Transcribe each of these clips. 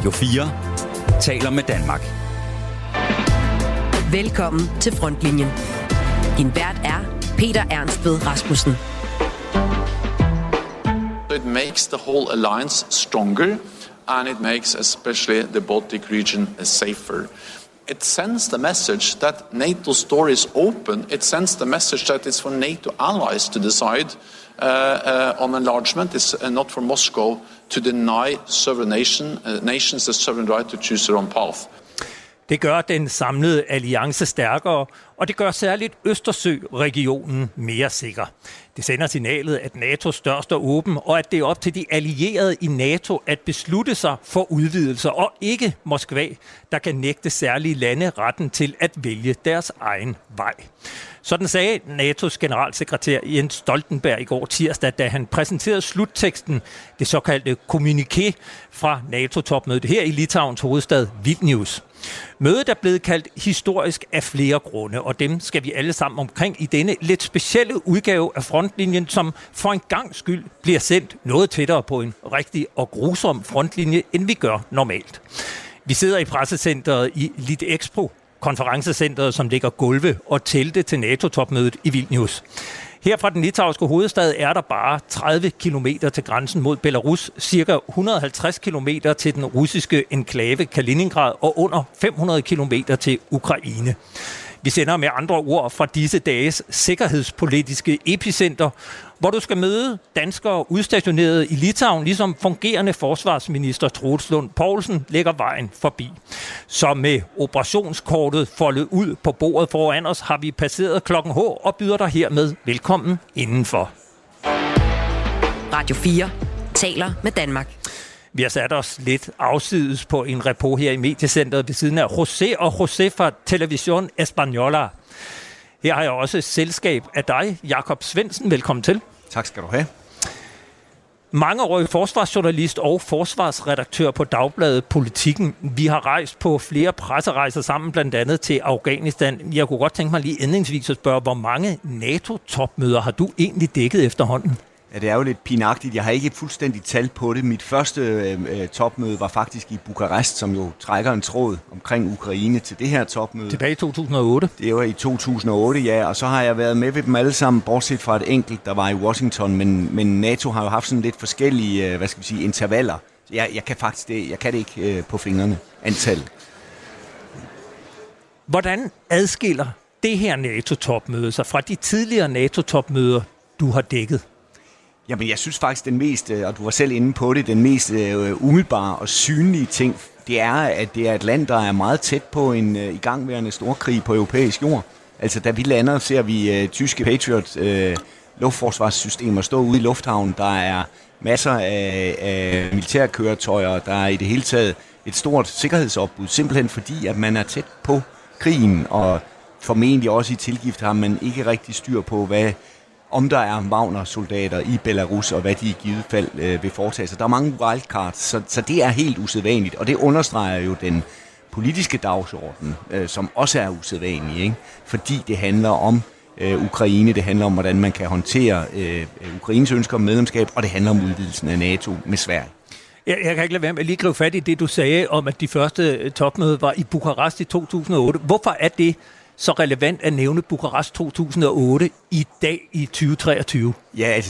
Radio 4 taler med Danmark. Velkommen til Frontlinjen. Din vært er Peter Ernstved Rasmussen. It makes the whole alliance stronger, and it makes especially the Baltic region safer. It sends the message that NATO's door is open. It sends the message that it's for NATO allies to decide on enlargement. It's not for Moscow to deny sovereign nations the sovereign right to choose their own path. Det gør den samlede alliance stærkere, og det gør særligt Østersø-regionen mere sikker. Det sender signalet, at NATO størst er åben, og at det er op til de allierede i NATO at beslutte sig for udvidelser, og ikke Moskva, der kan nægte særlige lande retten til at vælge deres egen vej. Sådan sagde NATO's generalsekretær Jens Stoltenberg i går tirsdag, da han præsenterede slutteksten, det såkaldte kommuniké fra NATO-topmødet her i Litauens hovedstad Vilnius. Mødet er blevet kaldt historisk af flere grunde, og dem skal vi alle sammen omkring i denne lidt specielle udgave af Frontlinjen, som for en gangs skyld bliver sendt noget tættere på en rigtig og grusom frontlinje, end vi gør normalt. Vi sidder i pressecenteret i Litexpo, konferencecenteret, som ligger gulve og telte til NATO-topmødet i Vilnius. Her fra den litauiske hovedstad er der bare 30 kilometer til grænsen mod Belarus, cirka 150 kilometer til den russiske enklave Kaliningrad og under 500 kilometer til Ukraine. Vi sender med andre ord fra disse dages sikkerhedspolitiske epicenter, hvor du skal møde danskere udstationeret i Litauen, ligesom fungerende forsvarsminister Troels Lund Poulsen lægger vejen forbi. Så med operationskortet foldet ud på bordet foran os, har vi passeret klokken H og byder dig hermed velkommen indenfor. Radio 4 taler med Danmark. Vi har sat os lidt afsides på en repo her i mediecenteret ved siden af José fra Televisión Española. Her har jeg også selskab af dig, Jakob Svendsen. Velkommen til. Tak skal du have. Mangeårig forsvarsjournalist og forsvarsredaktør på Dagbladet Politikken. Vi har rejst på flere presserejser sammen, blandt andet til Afghanistan. Jeg kunne godt tænke mig lige endingsvis at spørge, hvor mange NATO-topmøder har du egentlig dækket efterhånden? Ja, det er jo lidt pinagtigt. Jeg har ikke et fuldstændigt tal på det. Mit første topmøde var faktisk i Bukarest, som jo trækker en tråd omkring Ukraine til det her topmøde. Tilbage i 2008? Det var i 2008, ja. Og så har jeg været med ved dem alle sammen, bortset fra et enkelt, der var i Washington. Men NATO har jo haft sådan lidt forskellige, intervaller. Jeg kan det ikke på fingrene, antal. Hvordan adskiller det her NATO-topmøde sig fra de tidligere NATO-topmøder, du har dækket? Jamen, jeg synes faktisk, den mest, og du var selv inde på det, den mest umiddelbare og synlige ting, det er, at det er et land, der er meget tæt på en igangværende storkrig på europæisk jord. Altså, da vi lander, ser vi tyske Patriot luftforsvarssystemer stå ude i lufthavnen. Der er masser af militærkøretøjer, der er i det hele taget et stort sikkerhedsopbud, simpelthen fordi, at man er tæt på krigen, og formentlig også i tilgift har man ikke rigtig styr på, om der er Wagner-soldater i Belarus, og hvad de i givet fald vil foretage sig. Der er mange wildcards, så det er helt usædvanligt, og det understreger jo den politiske dagsorden, som også er usædvanlig, ikke? Fordi det handler om Ukraine, det handler om, hvordan man kan håndtere Ukraines ønsker om medlemskab, og det handler om udvidelsen af NATO med Sverige. Jeg kan ikke lade være med at lige gribe fat i det, du sagde om, at de første topmøder var i Bukarest i 2008. Hvorfor er det så relevant at nævne Bukarest 2008 i dag i 2023? Ja, altså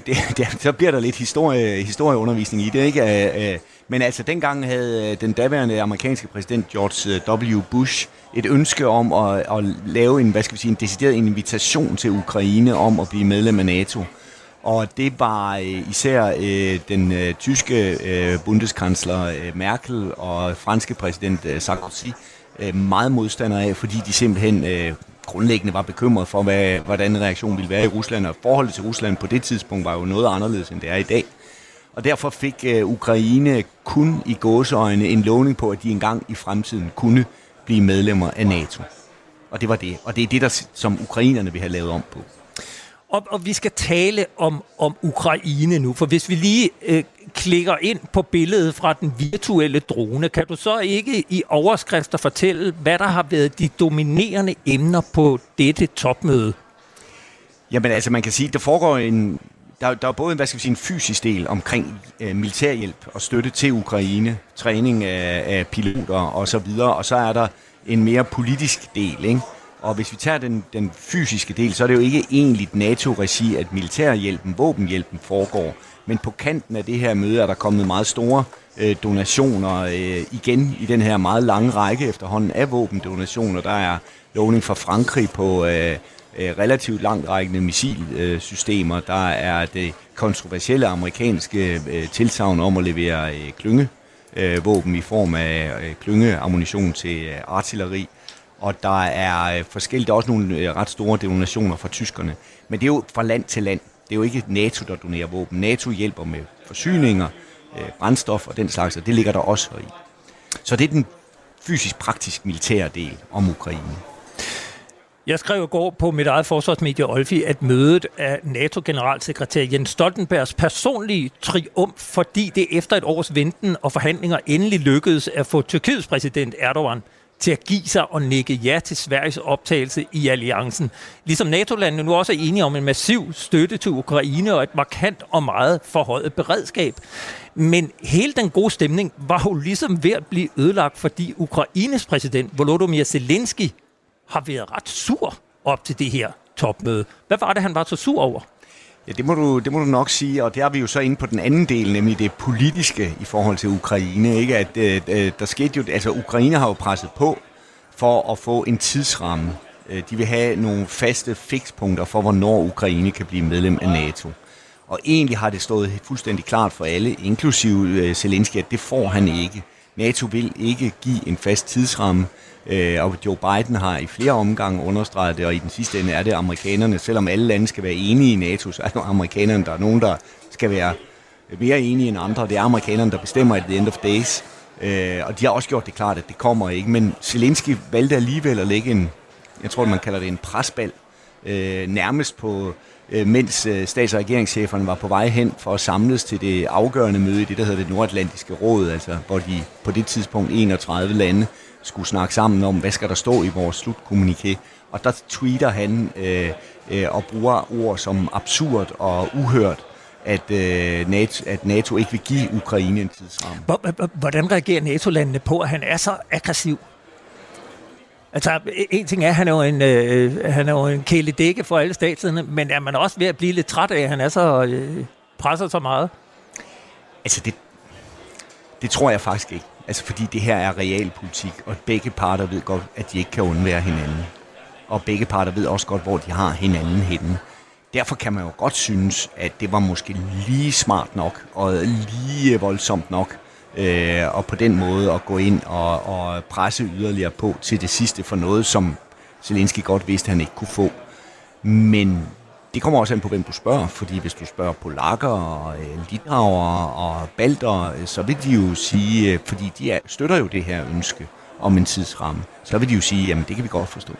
så bliver der lidt historieundervisning i det, ikke? Men altså dengang havde den daværende amerikanske præsident George W. Bush et ønske om at lave en decideret invitation til Ukraine om at blive medlem af NATO. Og det var især den tyske bundeskansler Merkel og franske præsident Sarkozy meget modstandere af, fordi de simpelthen grundlæggende var bekymret for, hvordan reaktionen ville være i Rusland, og forholdet til Rusland på det tidspunkt var jo noget anderledes, end det er i dag. Og derfor fik Ukraine kun i gåseøjne en lovning på, at de engang i fremtiden kunne blive medlemmer af NATO. Og det var det. Og det er det, som ukrainerne vil have lavet om på. Og vi skal tale om Ukraine nu, for hvis vi lige klikker ind på billedet fra den virtuelle drone, kan du så ikke i overskrifter fortælle, hvad der har været de dominerende emner på dette topmøde? Jamen altså, man kan sige, at der foregår der er både en fysisk del omkring militærhjælp og støtte til Ukraine, træning af piloter og så videre, og så er der en mere politisk del, ikke? Og hvis vi tager den fysiske del, så er det jo ikke egentlig NATO-regi, at militærhjælpen, våbenhjælpen foregår, men på kanten af det her møde er der kommet meget store donationer igen i den her meget lange række efterhånden af våbendonationer. Der er lovning fra Frankrig på relativt langtrækkende missilsystemer. Der er det kontroversielle amerikanske tilsagn om at levere klyngevåben i form af klyngeammunition til artilleri. Og der er forskellige, der er også nogle ret store donationer fra tyskerne. Men det er jo fra land til land. Det er jo ikke NATO, der donerer våben. NATO hjælper med forsyninger, brændstof og den slags, og det ligger der også i. Så det er den fysisk-praktisk militære del om Ukraine. Jeg skrev i går på mit eget forsvarsmedie Olfi, at mødet af NATO-generalsekretær Jens Stoltenbergs personlige triumf, fordi det efter et års venten og forhandlinger endelig lykkedes at få Tyrkiets præsident Erdogan til at give sig og nikke ja til Sveriges optagelse i alliancen. Ligesom NATO-landene nu også er enige om en massiv støtte til Ukraine og et markant og meget forhøjet beredskab. Men hele den gode stemning var jo ligesom ved at blive ødelagt, fordi Ukraines præsident Volodymyr Zelensky har været ret sur op til det her topmøde. Hvad var det, han var så sur over? Ja, det må du nok sige, og der er vi jo så inde på den anden del, nemlig det politiske i forhold til Ukraine. Ikke? At der skete jo, altså Ukraine har jo presset på for at få en tidsramme. De vil have nogle faste fikspunkter for, hvornår Ukraine kan blive medlem af NATO. Og egentlig har det stået fuldstændig klart for alle, inklusive Zelensky, at det får han ikke. NATO vil ikke give en fast tidsramme, og Joe Biden har i flere omgange understreget det, og i den sidste ende er det amerikanerne. Selvom alle lande skal være enige i NATO, så er det amerikanerne, der er nogen, der skal være mere enige end andre. Det er amerikanerne, der bestemmer at the end of days. Og de har også gjort det klart, at det kommer ikke. Men Zelensky valgte alligevel at lægge en, jeg tror man kalder det en presbal, nærmest på, mens stats- og regeringscheferne var på vej hen for at samles til det afgørende møde i det, der hedder det Nordatlantiske Råd, altså hvor de på det tidspunkt 31 lande skulle snakke sammen om, hvad skal der stå i vores slutkommuniké. Og der tweeter han og bruger ord som absurd og uhørt, at NATO ikke vil give Ukraine en tidsramme. Hvordan reagerer NATO-landene på, at han er så aggressiv? Altså, en ting er, at han er jo en kæledække for alle statslederne, men er man også ved at blive lidt træt af, at han er så presser så meget? Altså, det tror jeg faktisk ikke. Altså, fordi det her er realpolitik, og begge parter ved godt, at de ikke kan undvære hinanden. Og begge parter ved også godt, hvor de har hinanden henne. Derfor kan man jo godt synes, at det var måske lige smart nok, og lige voldsomt nok, og på den måde at gå ind og presse yderligere på til det sidste for noget, som Zelensky godt vidste, han ikke kunne få. Men det kommer også an på, hvem du spørger, fordi hvis du spørger polakker og litauer og balter, så vil de jo sige, fordi de støtter jo det her ønske om en tidsramme, så vil de jo sige, jamen det kan vi godt forstå.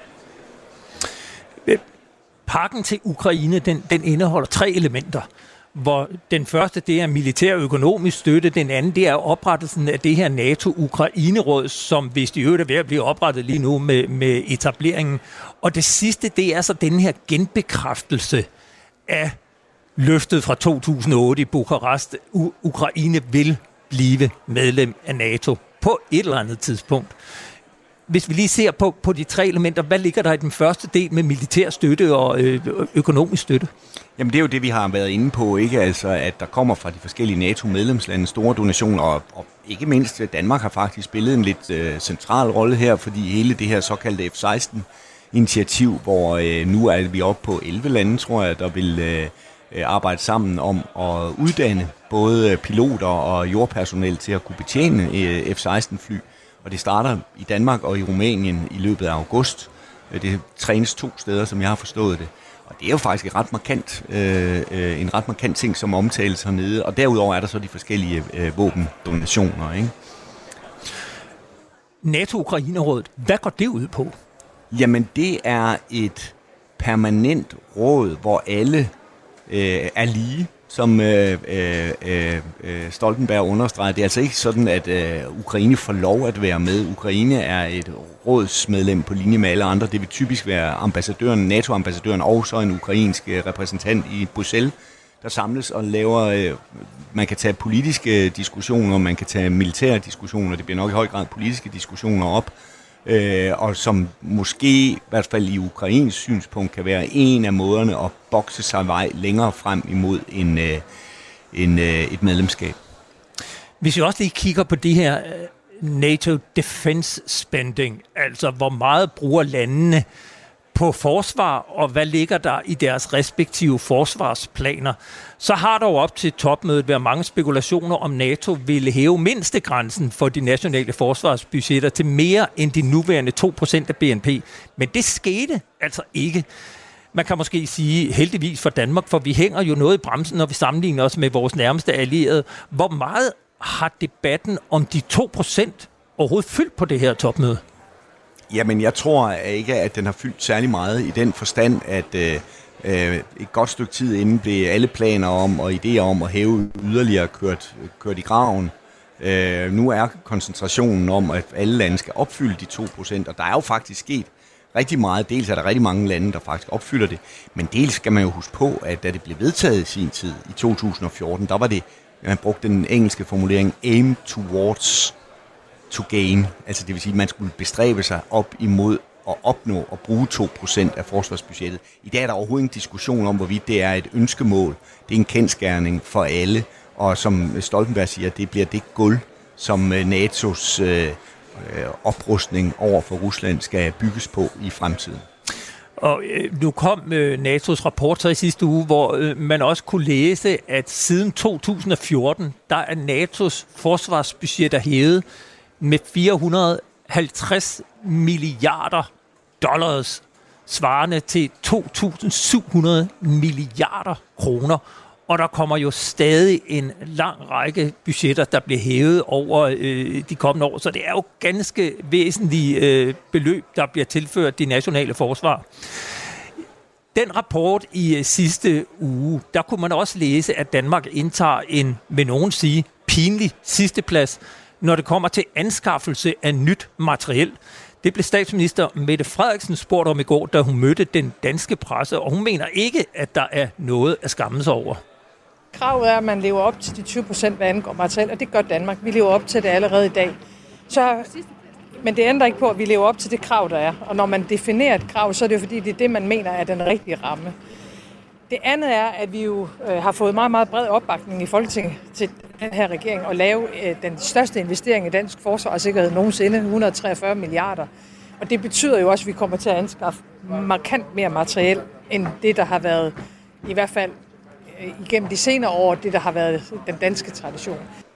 Pakken til Ukraine, den indeholder 3 elementer, hvor den første, det er militær og økonomisk støtte, den anden, det er oprettelsen af det her NATO-Ukraine-råd, som hvis de øvrigt er ved at blive oprettet lige nu med etableringen. Og det sidste, det er så den her genbekræftelse af løftet fra 2008 i Bukarest. Ukraine vil blive medlem af NATO på et eller andet tidspunkt. Hvis vi lige ser på de 3 elementer, hvad ligger der i den første del med militær støtte og økonomisk støtte? Jamen det er jo det, vi har været inde på, ikke? Altså, at der kommer fra de forskellige NATO-medlemslande store donationer, og ikke mindst Danmark har faktisk spillet en lidt central rolle her, fordi hele det her såkaldte F-16-initiativ, hvor nu er vi oppe på 11 lande, tror jeg, der vil arbejde sammen om at uddanne både piloter og jordpersonel til at kunne betjene F-16-fly. Og det starter i Danmark og i Rumænien i løbet af august. Det trænes 2 steder, som jeg har forstået det. Og det er jo faktisk en ret markant ting, som omtales hernede. Og derudover er der så de forskellige våbendonationer, ikke? NATO-Ukraine-rådet, hvad går det ud på? Jamen, det er et permanent råd, hvor alle er lige, som Stoltenberg understreger. Det er altså ikke sådan, at Ukraine får lov at være med. Ukraine er et rådsmedlem på linje med alle andre. Det vil typisk være ambassadøren, NATO-ambassadøren og så en ukrainsk repræsentant i Bruxelles, der samles og laver... Man kan tage politiske diskussioner, man kan tage militære diskussioner, det bliver nok i høj grad politiske diskussioner op, og som måske, i hvert fald i Ukrains synspunkt, kan være en af måderne at bokse sig vej længere frem imod et medlemskab. Hvis vi også lige kigger på de her NATO defense spending, altså hvor meget bruger landene på forsvar, og hvad ligger der i deres respektive forsvarsplaner, så har der jo op til topmødet været mange spekulationer om NATO ville hæve mindstegrænsen for de nationale forsvarsbudgetter til mere end de nuværende 2% af BNP. Men det skete altså ikke. Man kan måske sige heldigvis for Danmark, for vi hænger jo noget i bremsen, når vi sammenligner os med vores nærmeste allierede. Hvor meget har debatten om de 2% overhovedet fyldt på det her topmøde? Jamen, jeg tror ikke, at den har fyldt særlig meget i den forstand, at et godt stykke tid inden blev alle planer om og idéer om at hæve yderligere kørt i graven. Nu er koncentrationen om, at alle lande skal opfylde de 2%, og der er jo faktisk sket rigtig meget. Dels er der rigtig mange lande, der faktisk opfylder det, men dels skal man jo huske på, at da det blev vedtaget i sin tid, i 2014, der var det, man brugte den engelske formulering, aim towards to gain, altså det vil sige, at man skulle bestræbe sig op imod at opnå og bruge 2% af forsvarsbudgettet. I dag er der overhovedet ingen diskussion om, hvorvidt det er et ønskemål. Det er en kendsgerning for alle, og som Stoltenberg siger, det bliver det gulv, som NATO's oprustning over for Rusland skal bygges på i fremtiden. Og nu kom NATO's rapport så i sidste uge, hvor man også kunne læse, at siden 2014, der er NATO's forsvarsbudgetter hævet med 450 milliarder dollars, svarende til 2.700 milliarder kroner. Og der kommer jo stadig en lang række budgetter, der bliver hævet over de kommende år. Så det er jo ganske væsentlige beløb, der bliver tilført de nationale forsvar. Den rapport i sidste uge, der kunne man også læse, at Danmark indtager en, vil nogen sige, pinlig sidsteplads, når det kommer til anskaffelse af nyt materiel. Det blev statsminister Mette Frederiksen spurgt om i går, da hun mødte den danske presse, og hun mener ikke, at der er noget at skamme sig over. Kravet er, at man lever op til de 20%, hvad angår materiel, og det gør Danmark. Vi lever op til det allerede i dag. Men det ændrer ikke på, at vi lever op til det krav, der er. Og når man definerer et krav, så er det jo fordi, det er det, man mener er den rigtige ramme. Det andet er, at vi jo har fået meget, meget bred opbakning i Folketinget til den her regering at lave den største investering i dansk forsvar og sikkerhed nogensinde, 143 milliarder. Og det betyder jo også, at vi kommer til at anskaffe markant mere materiel, end det, der har været, i hvert fald igennem de senere år, det, der har været den danske tradition.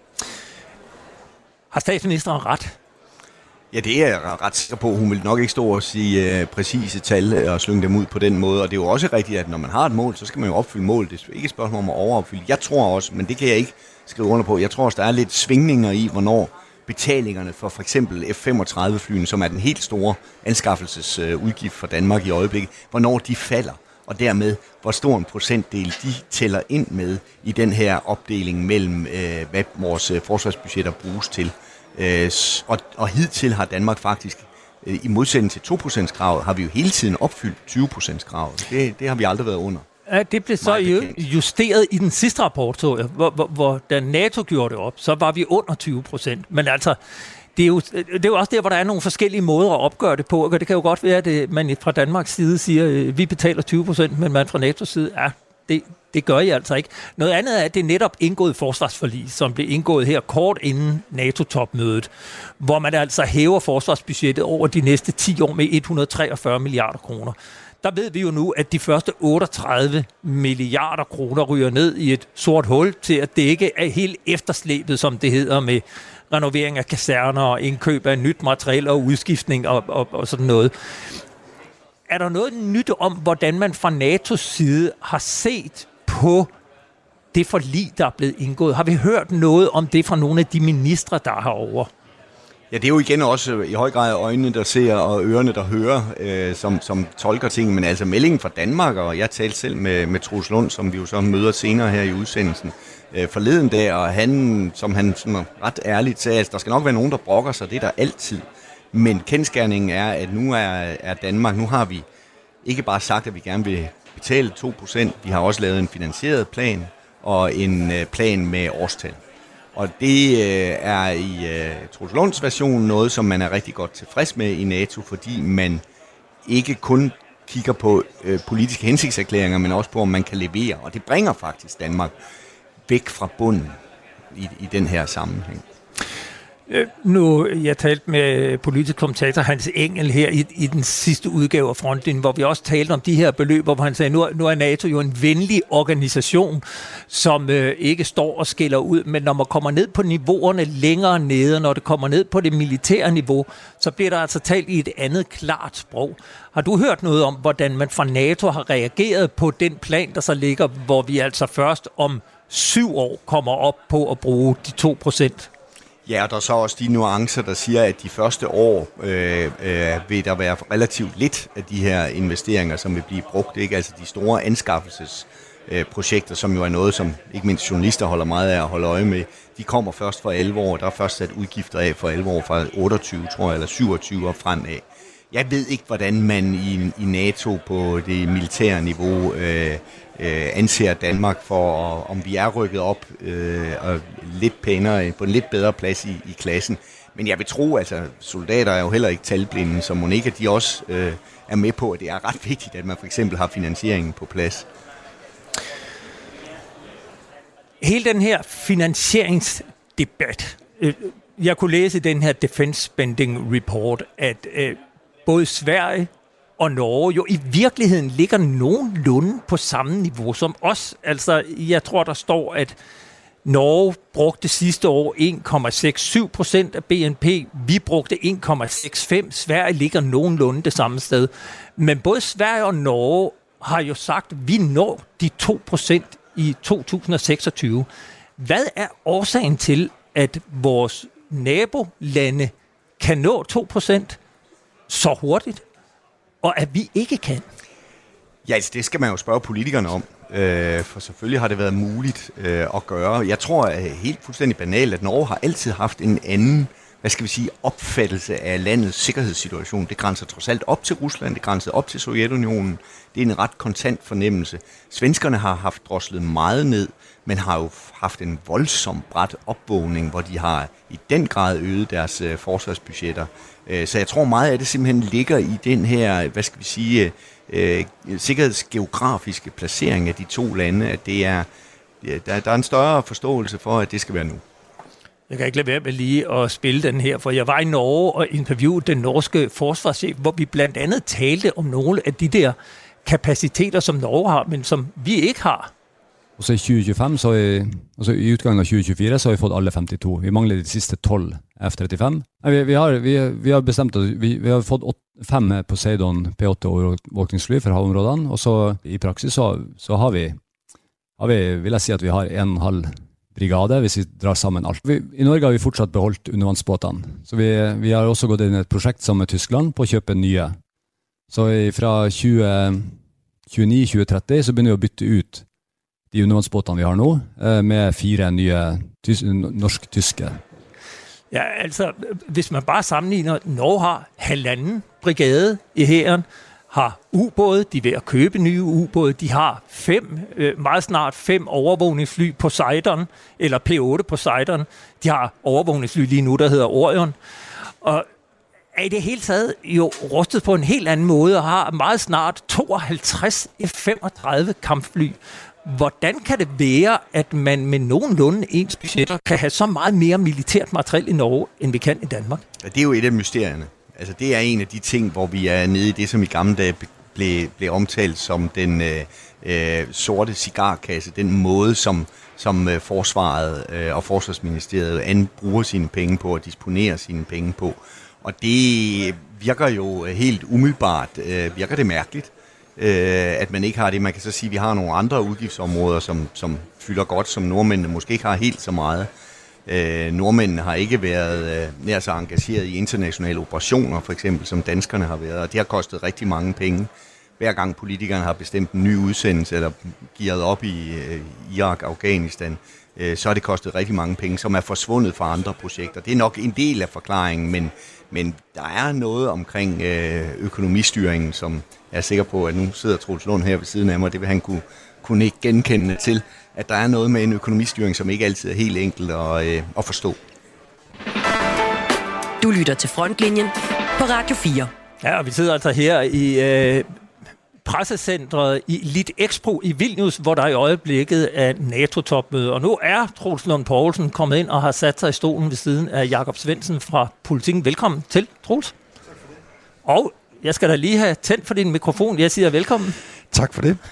Har statsministeren ret? Ja, det er jeg ret sikker på. Hun vil nok ikke stå og sige præcise tal og slynge dem ud på den måde. Og det er jo også rigtigt, at når man har et mål, så skal man jo opfylde målet. Det er ikke et spørgsmål om at overopfylde. Jeg tror også, men det kan jeg ikke skrive under på, jeg tror også, der er lidt svingninger i, hvornår betalingerne for eksempel F-35-flyene, som er den helt store anskaffelsesudgift for Danmark i øjeblikket, hvornår de falder. Og dermed, hvor stor en procentdel de tæller ind med i den her opdeling mellem, hvad vores forsvarsbudgetter bruges til. Og hidtil har Danmark faktisk, i modsætning til 2%-kravet, har vi jo hele tiden opfyldt 20%-kravet. Det har vi aldrig været under. Ja, det blev så justeret i den sidste rapport, så jeg, hvor da NATO gjorde det op, så var vi under 20%. Men altså, det er jo også der, hvor der er nogle forskellige måder at opgøre det på. Og det kan jo godt være, at man fra Danmarks side siger, at vi betaler 20%, men man fra NATO's side, det gør I altså ikke. Noget andet er, at det er netop indgået forsvarsforlig, som blev indgået her kort inden NATO-topmødet, hvor man altså hæver forsvarsbudgettet over de næste 10 år med 143 milliarder kroner. Der ved vi jo nu, at de første 38 milliarder kroner ryger ned i et sort hul til at dække af helt efterslæbet, som det hedder, med renovering af kaserner og indkøb af nyt materiel og udskiftning og sådan noget. Er der noget nyt om, hvordan man fra NATO's side har set på det forlig, der er blevet indgået? Har vi hørt noget om det fra nogle af de ministre, der er herovre? Ja, det er jo igen også i høj grad øjnene, der ser, og ørerne, der hører, som tolker ting. Men altså meldingen fra Danmark, og jeg talte selv med Troels Lund, som vi jo så møder senere her i udsendelsen, forleden dag, og han, som han sådan ret ærligt sagde, at der skal nok være nogen, der brokker sig, det er der altid. Men kendsgerningen er, at nu er Danmark, nu har vi ikke bare sagt, at vi gerne vil betale 2%, vi har også lavet en finansieret plan, og en plan med årstal. Og det er i Troels Lunds version noget, som man er rigtig godt tilfreds med i NATO, fordi man ikke kun kigger på politiske hensigtserklæringer, men også på, om man kan levere. Og det bringer faktisk Danmark væk fra bunden i den her sammenhæng. Jeg talte med politisk kommentator Hans Engel her i den sidste udgave af Frontlinjen, hvor vi også talte om de her beløb, hvor han sagde, nu er NATO jo en venlig organisation, som ikke står og skiller ud, men når man kommer ned på niveauerne længere nede, når det kommer ned på det militære niveau, så bliver der altså talt i et andet klart sprog. Har du hørt noget om, hvordan man fra NATO har reageret på den plan, der så ligger, hvor vi altså først om 7 år kommer op på at bruge de 2%? Ja, og der er så også de nuancer, der siger, at de første år vil der være relativt lidt af de her investeringer, som vil blive brugt. Ikke? Altså de store anskaffelsesprojekter, som jo er noget, som ikke mindst journalister holder meget af at holde øje med, de kommer først for 11 år. Der er først sat udgifter af for 11 år, fra 28, tror jeg, eller 27 og fremad. Jeg ved ikke, hvordan man i NATO på det militære niveau anser Danmark for, om vi er rykket op og lidt pænere, på en lidt bedre plads i klassen. Men jeg vil tro, altså soldater er jo heller ikke talblinde, så må ikke, at de også er med på, at det er ret vigtigt, at man for eksempel har finansieringen på plads. Hele den her finansieringsdebat, jeg kunne læse i den her Defense Spending Report, at både Sverige og Norge jo i virkeligheden ligger nogenlunde på samme niveau som os. Altså, jeg tror, der står, at Norge brugte sidste år 1,67% af BNP. Vi brugte 1,65%. Sverige ligger nogenlunde det samme sted. Men både Sverige og Norge har jo sagt, at vi når de 2% i 2026. Hvad er årsagen til, at vores nabolande kan nå 2% så hurtigt, og at vi ikke kan? Ja, altså det skal man jo spørge politikerne om, for selvfølgelig har det været muligt at gøre. Jeg tror helt fuldstændig banalt, at Norge har altid haft en anden, opfattelse af landets sikkerhedssituation. Det grænser trods alt op til Rusland, det grænser op til Sovjetunionen. Det er en ret kontant fornemmelse. Svenskerne har haft droslet meget ned, men har jo haft en voldsom brat opvågning, hvor de har i den grad øget deres forsvarsbudgetter. Så jeg tror meget af det simpelthen ligger i den her, sikkerhedsgeografiske placering af de to lande, at det er, der er en større forståelse for, at det skal være nu. Jeg kan ikke lade være med lige at spille den her, for jeg var i Norge og interviewede den norske forsvarschef, hvor vi blandt andet talte om nogle af de der kapaciteter, som Norge har, men som vi ikke har. Og så i 2025, i utgangen av 2024, så har vi fått alle 52. Vi mangler de sidste 12 F-35. Vi har bestemt at vi har fått 5 Poseidon P8 overvåkningsfly fra havområdene, og så i praksis så har vi, vil jeg si at vi har 1,5 brigade, hvis vi drar sammen alt. I Norge har vi fortsatt beholdt undervannsbåtene, så vi har også gått inn i et prosjekt sammen med Tyskland på å kjøpe nye. Så fra 2029-2030 så begynner vi å bytte ut de undervandsbåtene vi har nå, med 4 nye norsk-tyske. Ja, altså, hvis man bare sammenligner, Norge har 1,5 brigade i hæren, har ubåde, de er ved at købe nye ubåde, de har 5 overvågningsfly Poseidon, eller P8 Poseidon, de har overvågningsfly lige nu, der hedder Orion, og er i det hele taget jo rustet på en helt anden måde, og har meget snart 52 F-35 kampfly. Hvordan kan det være, at man med nogenlunde ens budgetter kan have så meget mere militært materiel i Norge, end vi kan i Danmark? Ja, det er jo et af mysterierne. Altså, det er en af de ting, hvor vi er nede i det, som i gamle dage blev omtalt som den sorte cigarkasse. Den måde, som forsvaret og forsvarsministeriet bruger sine penge på og disponerer sine penge på. Og det virker jo helt umiddelbart, virker det mærkeligt, at man ikke har det. Man kan så sige, at vi har nogle andre udgiftsområder, som fylder godt, som nordmændene måske ikke har helt så meget. Nordmændene har ikke været nær så engageret i internationale operationer, for eksempel, som danskerne har været, og det har kostet rigtig mange penge. Hver gang politikerne har bestemt en ny udsendelse eller gearet op i Irak, Afghanistan, så har det kostet rigtig mange penge, som er forsvundet fra andre projekter. Det er nok en del af forklaringen, men der er noget omkring økonomistyringen, som jeg er sikker på, at nu sidder Troels Lund her ved siden af mig, det vil han kunne ikke genkende til. at der er noget med en økonomistyring, som ikke altid er helt enkelt at forstå. Du lytter til Frontlinjen på Radio 4. Ja, og vi sidder altså her i pressecentret i Litexpo i Vilnius, hvor der i øjeblikket er NATO-topmøde. Og nu er Troels Lund Poulsen kommet ind og har sat sig i stolen ved siden af Jakob Svendsen fra Politiken. Velkommen til, Troels. Tak for det. Og jeg skal da lige have tændt for din mikrofon. Jeg siger velkommen. Tak for det.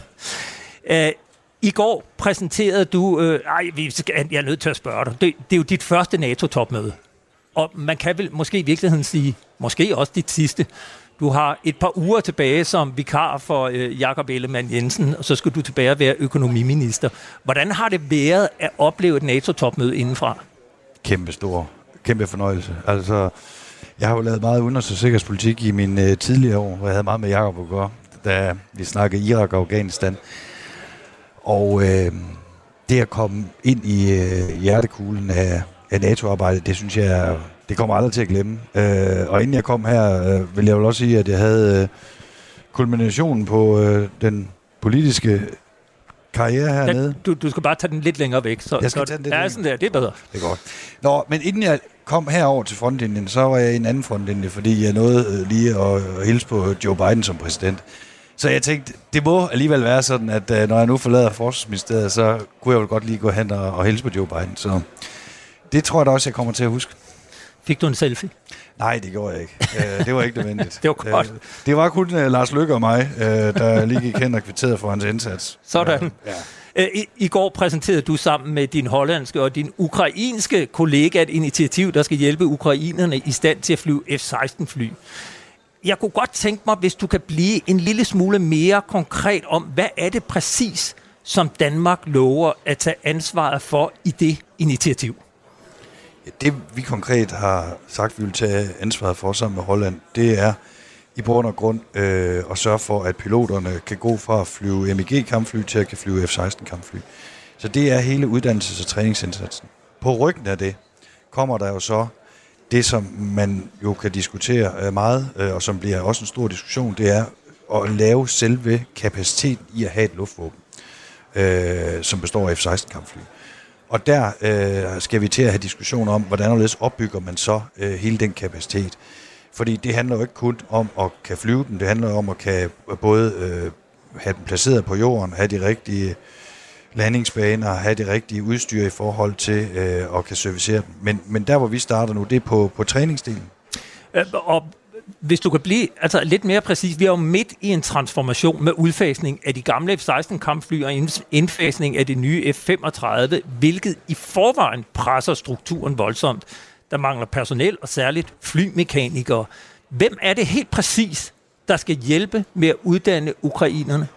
I går præsenterede du... jeg er nødt til at spørge dig. Det er jo dit første NATO-topmøde. Og man kan vel måske i virkeligheden sige, måske også dit sidste. Du har et par uger tilbage som vikar for Jakob Ellemann-Jensen, og så skal du tilbage og være økonomiminister. Hvordan har det været at opleve et NATO-topmøde indenfra? Kæmpe fornøjelse. Altså, jeg har jo lavet meget udenrigs- og sikkerhedspolitik i mine tidligere år, hvor jeg havde meget med Jakob at gøre, da vi snakkede Irak og Afghanistan. Og det at komme ind i hjertekuglen af NATO-arbejdet, det synes jeg, det kommer aldrig til at glemme. Og inden jeg kom her, vil jeg vel også sige, at jeg havde kulminationen på den politiske karriere hernede. Du skal bare tage den lidt længere væk. Så jeg skal tage den lidt længere. Sådan der, det er bedre. Det er godt. Nå, men inden jeg kom herover til frontlinjen, så var jeg i en anden frontlinje, fordi jeg nåede lige at hilse på Joe Biden som præsident. Så jeg tænkte, det må alligevel være sådan, at når jeg nu forlader Forsvarsministeriet, så kunne jeg jo godt lige gå hen og hilse på Joe Biden. Så det tror jeg da også, jeg kommer til at huske. Fik du en selfie? Nej, det gjorde jeg ikke. Det var ikke nødvendigt. Det var godt. Det var kun Lars Løkke og mig, der lige gik hen og kvitterede for hans indsats. Sådan. Ja. I går præsenterede du sammen med din hollandske og din ukrainske kollega et initiativ, der skal hjælpe ukrainerne i stand til at flyve F-16-fly. Jeg kunne godt tænke mig, hvis du kan blive en lille smule mere konkret om, hvad er det præcis, som Danmark lover at tage ansvaret for i det initiativ? Det vi konkret har sagt, vi vil tage ansvaret for sammen med Holland, det er i bund og grund at sørge for, at piloterne kan gå fra at flyve MiG-kampfly til at kan flyve F-16-kampfly. Så det er hele uddannelses- og træningsindsatsen. På ryggen af det kommer der jo så det, som man jo kan diskutere meget, og som bliver også en stor diskussion, det er at lave selve kapaciteten i at have et luftvåben, som består af F-16-kampfly. Og der skal vi til at have diskussioner om, hvordan opbygger man så hele den kapacitet. Fordi det handler jo ikke kun om at kan flyve dem, det handler om at kan både have dem placeret på jorden, have de rigtige landingsbaner, have det rigtige udstyr i forhold til at kan servicere dem. Men der, hvor vi starter nu, det er på træningsdelen. Og hvis du kan blive altså lidt mere præcis, vi er jo midt i en transformation med udfasning af de gamle F-16-kampfly og indfasning af de nye F-35, hvilket i forvejen presser strukturen voldsomt. Der mangler personel og særligt flymekanikere. Hvem er det helt præcis, der skal hjælpe med at uddanne ukrainerne?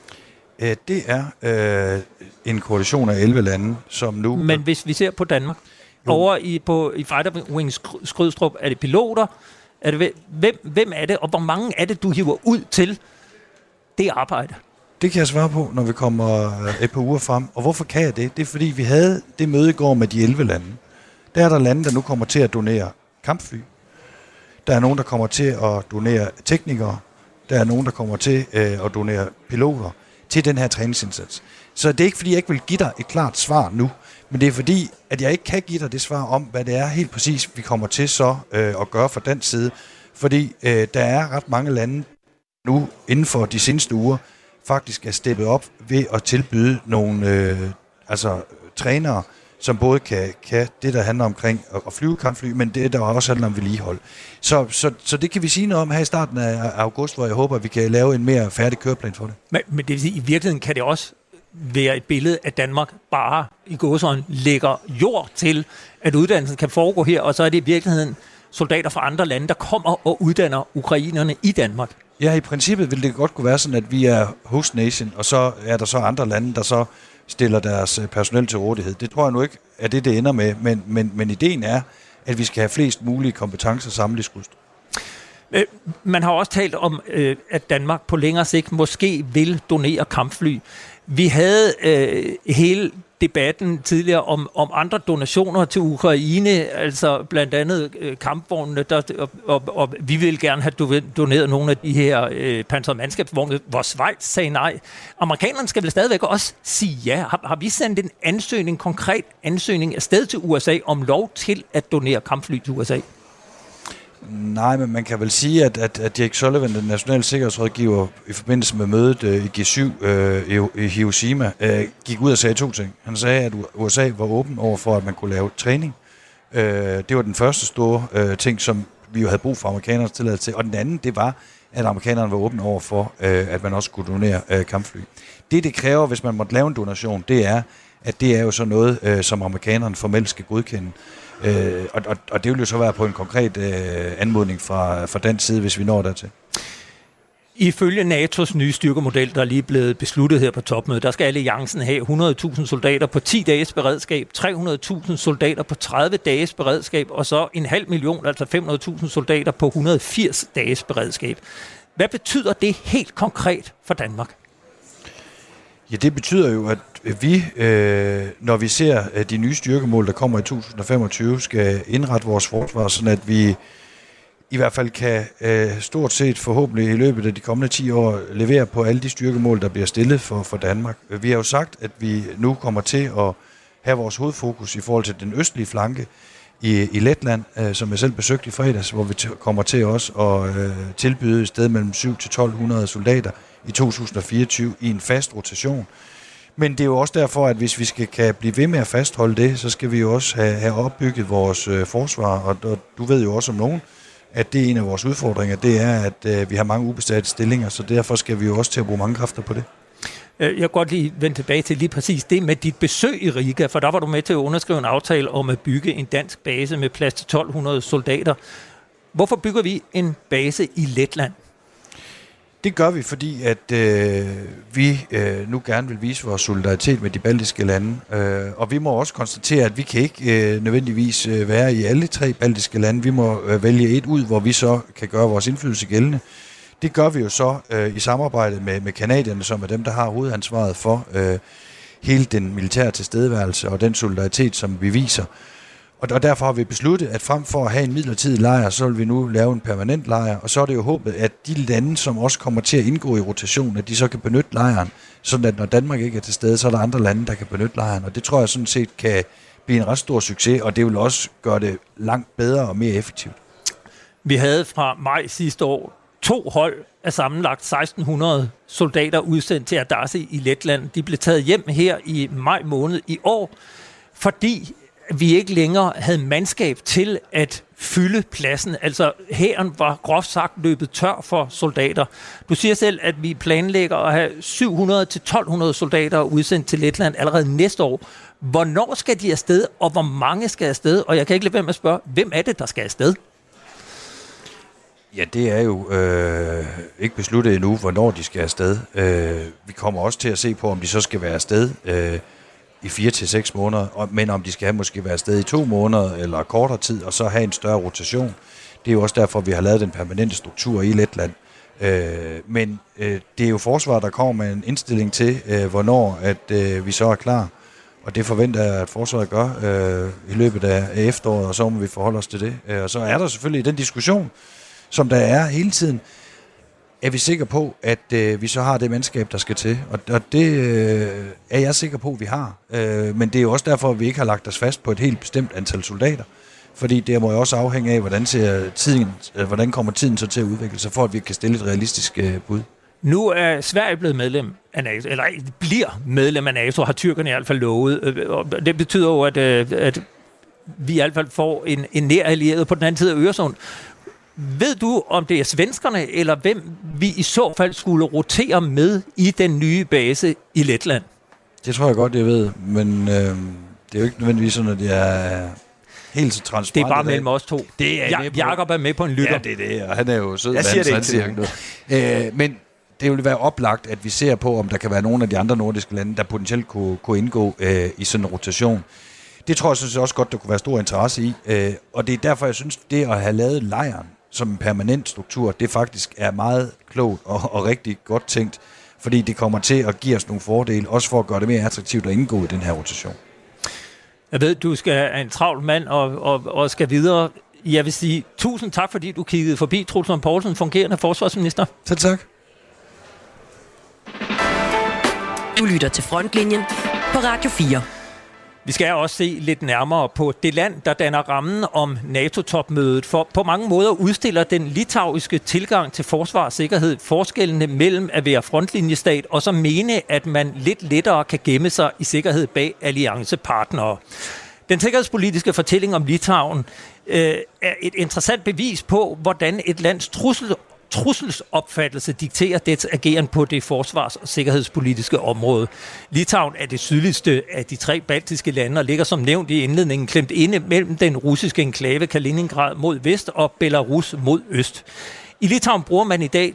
Det er en koalition af 11 lande, som nu... Men hvis vi ser på Danmark, over i Fighter Wings Skrydstrup, er det piloter? Er det, hvem er det, og hvor mange er det, du hiver ud til det arbejde? Det kan jeg svare på, når vi kommer et par uger frem. Og hvorfor kan jeg det? Det er, fordi vi havde det møde i går med de 11 lande. Der er der lande, der nu kommer til at donere kampfly. Der er nogen, der kommer til at donere teknikere. Der er nogen, der kommer til at donere piloter til den her træningsindsats. Så det er ikke, fordi jeg ikke vil give dig et klart svar nu, men det er fordi, at jeg ikke kan give dig det svar om, hvad det er helt præcis, vi kommer til så at gøre fra den side. Fordi der er ret mange lande nu, inden for de seneste uger, faktisk er steppet op ved at tilbyde nogle trænere, som både kan det, der handler omkring at flyve kampfly, men det, der også handler om vedligehold. Så det kan vi sige noget om her i starten af august, hvor jeg håber, at vi kan lave en mere færdig køreplan for det. Men det vil sige, i virkeligheden kan det også være et billede, at Danmark bare i gåseøjne lægger jord til, at uddannelsen kan foregå her, og så er det i virkeligheden soldater fra andre lande, der kommer og uddanner ukrainerne i Danmark. Ja, i princippet vil det godt kunne være sådan, at vi er host nation, og så er der så andre lande, der så stiller deres personel til rådighed. Det tror jeg nu ikke er det ender med, men ideen er, at vi skal have flest mulige kompetencer samlet i Skrydstrup. Man har også talt om, at Danmark på længere sigt måske vil donere kampfly. Vi havde hele debatten tidligere om andre donationer til Ukraine, altså blandt andet kampvognene, og vi vil gerne have doneret nogle af de her pansermandskabsvogne, hvor Schweiz sagde nej. Amerikanerne skal vel stadigvæk også sige ja. Har vi sendt en konkret ansøgning afsted til USA om lov til at donere kampfly til USA? Nej, men man kan vel sige, at Jake Sullivan, den nationale sikkerhedsrådgiver, i forbindelse med mødet i G7 i Hiroshima, gik ud og sagde 2 ting. Han sagde, at USA var åben over for, at man kunne lave træning. Det var den første store ting, som vi jo havde brug for amerikanernes tilladelse til. Og den anden, det var, at amerikanerne var åbne over for, at man også kunne donere kampfly. Det kræver, hvis man måtte lave en donation, det er, at det er jo så noget, som amerikanerne formelt skal godkende. Og det vil jo så være på en konkret anmodning fra den side, hvis vi når dertil. Ifølge NATO's nye styrkemodel, der er lige blevet besluttet her på topmødet, der skal alliancen have 100.000 soldater på 10 dages beredskab, 300.000 soldater på 30 dages beredskab, og så 500.000, altså 500.000 soldater på 180 dages beredskab. Hvad betyder det helt konkret for Danmark? Ja, det betyder jo, at vi, når vi ser de nye styrkemål, der kommer i 2025, skal indrette vores forsvar, sådan at vi i hvert fald kan stort set forhåbentlig i løbet af de kommende 10 år levere på alle de styrkemål, der bliver stillet for Danmark. Vi har jo sagt, at vi nu kommer til at have vores hovedfokus i forhold til den østlige flanke i Letland, som jeg selv besøgte i fredags, hvor vi kommer til også at tilbyde et sted mellem 7 til 1.200 soldater i 2024 i en fast rotation. Men det er jo også derfor, at hvis vi kan blive ved med at fastholde det, så skal vi jo også have opbygget vores forsvar, og du ved jo også om nogen, at det er en af vores udfordringer, det er, at vi har mange ubesatte stillinger, så derfor skal vi jo også til at bruge mange kræfter på det. Jeg kan godt lige vende tilbage til lige præcis det med dit besøg i Riga, for der var du med til at underskrive en aftale om at bygge en dansk base med plads til 1.200 soldater. Hvorfor bygger vi en base i Letland? Det gør vi, fordi at vi nu gerne vil vise vores solidaritet med de baltiske lande. Og vi må også konstatere, at vi kan ikke nødvendigvis være i alle 3 baltiske lande. Vi må vælge et ud, hvor vi så kan gøre vores indflydelse gældende. Det gør vi jo så i samarbejde med kanadierne, som er dem, der har hovedansvaret for hele den militære tilstedeværelse og den solidaritet, som vi viser. Og derfor har vi besluttet, at frem for at have en midlertidig lejr, så vil vi nu lave en permanent lejr. Og så er det jo håbet, at de lande, som også kommer til at indgå i rotation, at de så kan benytte lejren, sådan at når Danmark ikke er til stede, så er der andre lande, der kan benytte lejren. Og det tror jeg sådan set kan blive en ret stor succes, og det vil også gøre det langt bedre og mere effektivt. Vi havde fra maj sidste år 2 hold af sammenlagt 1.600 soldater udsendt til Ardassi i Letland. De blev taget hjem her i maj måned i år, fordi vi ikke længere havde mandskab til at fylde pladsen. Altså hæren var groft sagt løbet tør for soldater. Du siger selv, at vi planlægger at have 700-1.200 soldater udsendt til Letland allerede næste år. Hvornår skal de afsted, og hvor mange skal afsted? Og jeg kan ikke lade være med at spørge, hvem er det, der skal afsted? Ja, det er jo ikke besluttet endnu, hvornår de skal afsted. Vi kommer også til at se på, om de så skal være afsted i 4 til 6 måneder, men om de skal måske være afsted i 2 måneder eller kortere tid, og så have en større rotation. Det er jo også derfor, vi har lavet den permanente struktur i Letland. Men det er jo forsvaret, der kommer med en indstilling til, hvornår at vi så er klar. Og det forventer jeg, at forsvaret gør i løbet af efteråret, og så må vi forholde os til det. Og så er der selvfølgelig den diskussion, som der er hele tiden. Er vi sikre på, at vi så har det mandskab, der skal til? Og det er jeg sikker på, at vi har. Men det er jo også derfor, at vi ikke har lagt os fast på et helt bestemt antal soldater. Fordi det må jo også afhænge af, hvordan kommer tiden så til at udvikle sig, for at vi kan stille et realistisk bud. Nu er Sverige blevet medlem af NATO, eller bliver medlem af NATO, har tyrkerne i hvert fald lovet. Det betyder jo, at vi i hvert fald får en nær allieret på den anden side af Øresund. Ved du, om det er svenskerne, eller hvem vi i så fald skulle rotere med i den nye base i Letland? Det tror jeg godt, jeg ved, men det er jo ikke nødvendigvis sådan, at det er helt så transparent. Det er bare mellem os to. Jakob er med på en lytter. Ja, det er det, og han er jo sød. Jeg siger det ikke. Men det vil være oplagt, at vi ser på, om der kan være nogle af de andre nordiske lande, der potentielt kunne indgå i sådan en rotation. Det tror jeg synes også godt, der kunne være stor interesse i. Og det er derfor, jeg synes, det at have lavet lejren som en permanent struktur, det faktisk er meget klogt og rigtig godt tænkt. fordi det kommer til at give os nogle fordele, også for at gøre det mere attraktivt at indgå i den her rotation. Jeg ved, du er en travl mand og skal videre. Jeg vil sige tusind tak, fordi du kiggede forbi. Troels Lund Poulsen, fungerende forsvarsminister. Selv tak. Du lytter til Frontlinjen på Radio 4. Vi skal også se lidt nærmere på det land, der danner rammen om NATO-topmødet, for på mange måder udstiller den litauiske tilgang til forsvar og sikkerhed forskellene mellem at være frontlinjestat og så mene, at man lidt lettere kan gemme sig i sikkerhed bag alliancepartnere. Den sikkerhedspolitiske fortælling om Litauen er et interessant bevis på, hvordan et lands trusselsopfattelse dikterer dets ageren på det forsvars- og sikkerhedspolitiske område. Litauen er det sydligste af de 3 baltiske lande og ligger som nævnt i indledningen klemt inde mellem den russiske enklave Kaliningrad mod vest og Belarus mod øst. I Litauen bruger man i dag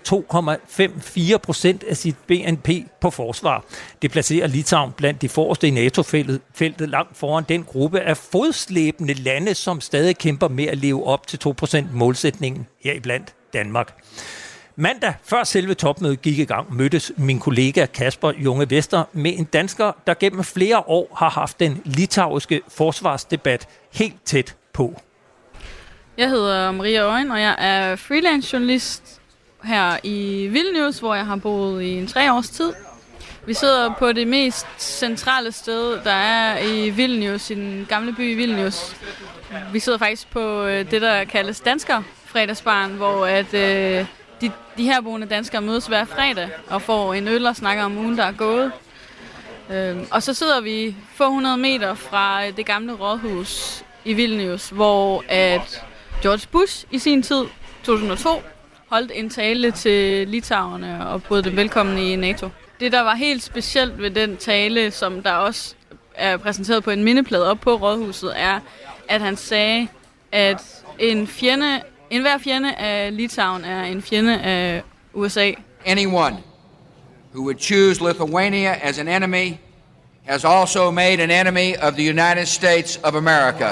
2,54% af sit BNP på forsvar. Det placerer Litauen blandt de forreste i NATO-feltet langt foran den gruppe af fodslæbende lande, som stadig kæmper med at leve op til 2%-målsætningen heriblandt Danmark. Mandag, før selve topmødet gik i gang, mødtes min kollega Kasper Junge Vester med en dansker, der gennem flere år har haft den litauiske forsvarsdebat helt tæt på. Jeg hedder Maria Øjen, og jeg er freelance journalist her i Vilnius, hvor jeg har boet i 3 års tid. Vi sidder på det mest centrale sted, der er i Vilnius, i den gamle by i Vilnius. Vi sidder faktisk på det, der kaldes Dansker-fredagsbaren, hvor at, de herboende danskere mødes hver fredag og får en øl og snakker om ugen, der er gået. Og så sidder vi få 100 meter fra det gamle rådhus i Vilnius, hvor at George Bush i sin tid, 2002, holdt en tale til litauerne og bød dem velkommen i NATO. Det, der var helt specielt ved den tale, som der også er præsenteret på en mindeplade op på rådhuset, er, at han sagde, at enhver fjende af Litauen er en fjende af USA. Anyone who would choose Lithuania as an enemy has also made an enemy of the United States of America.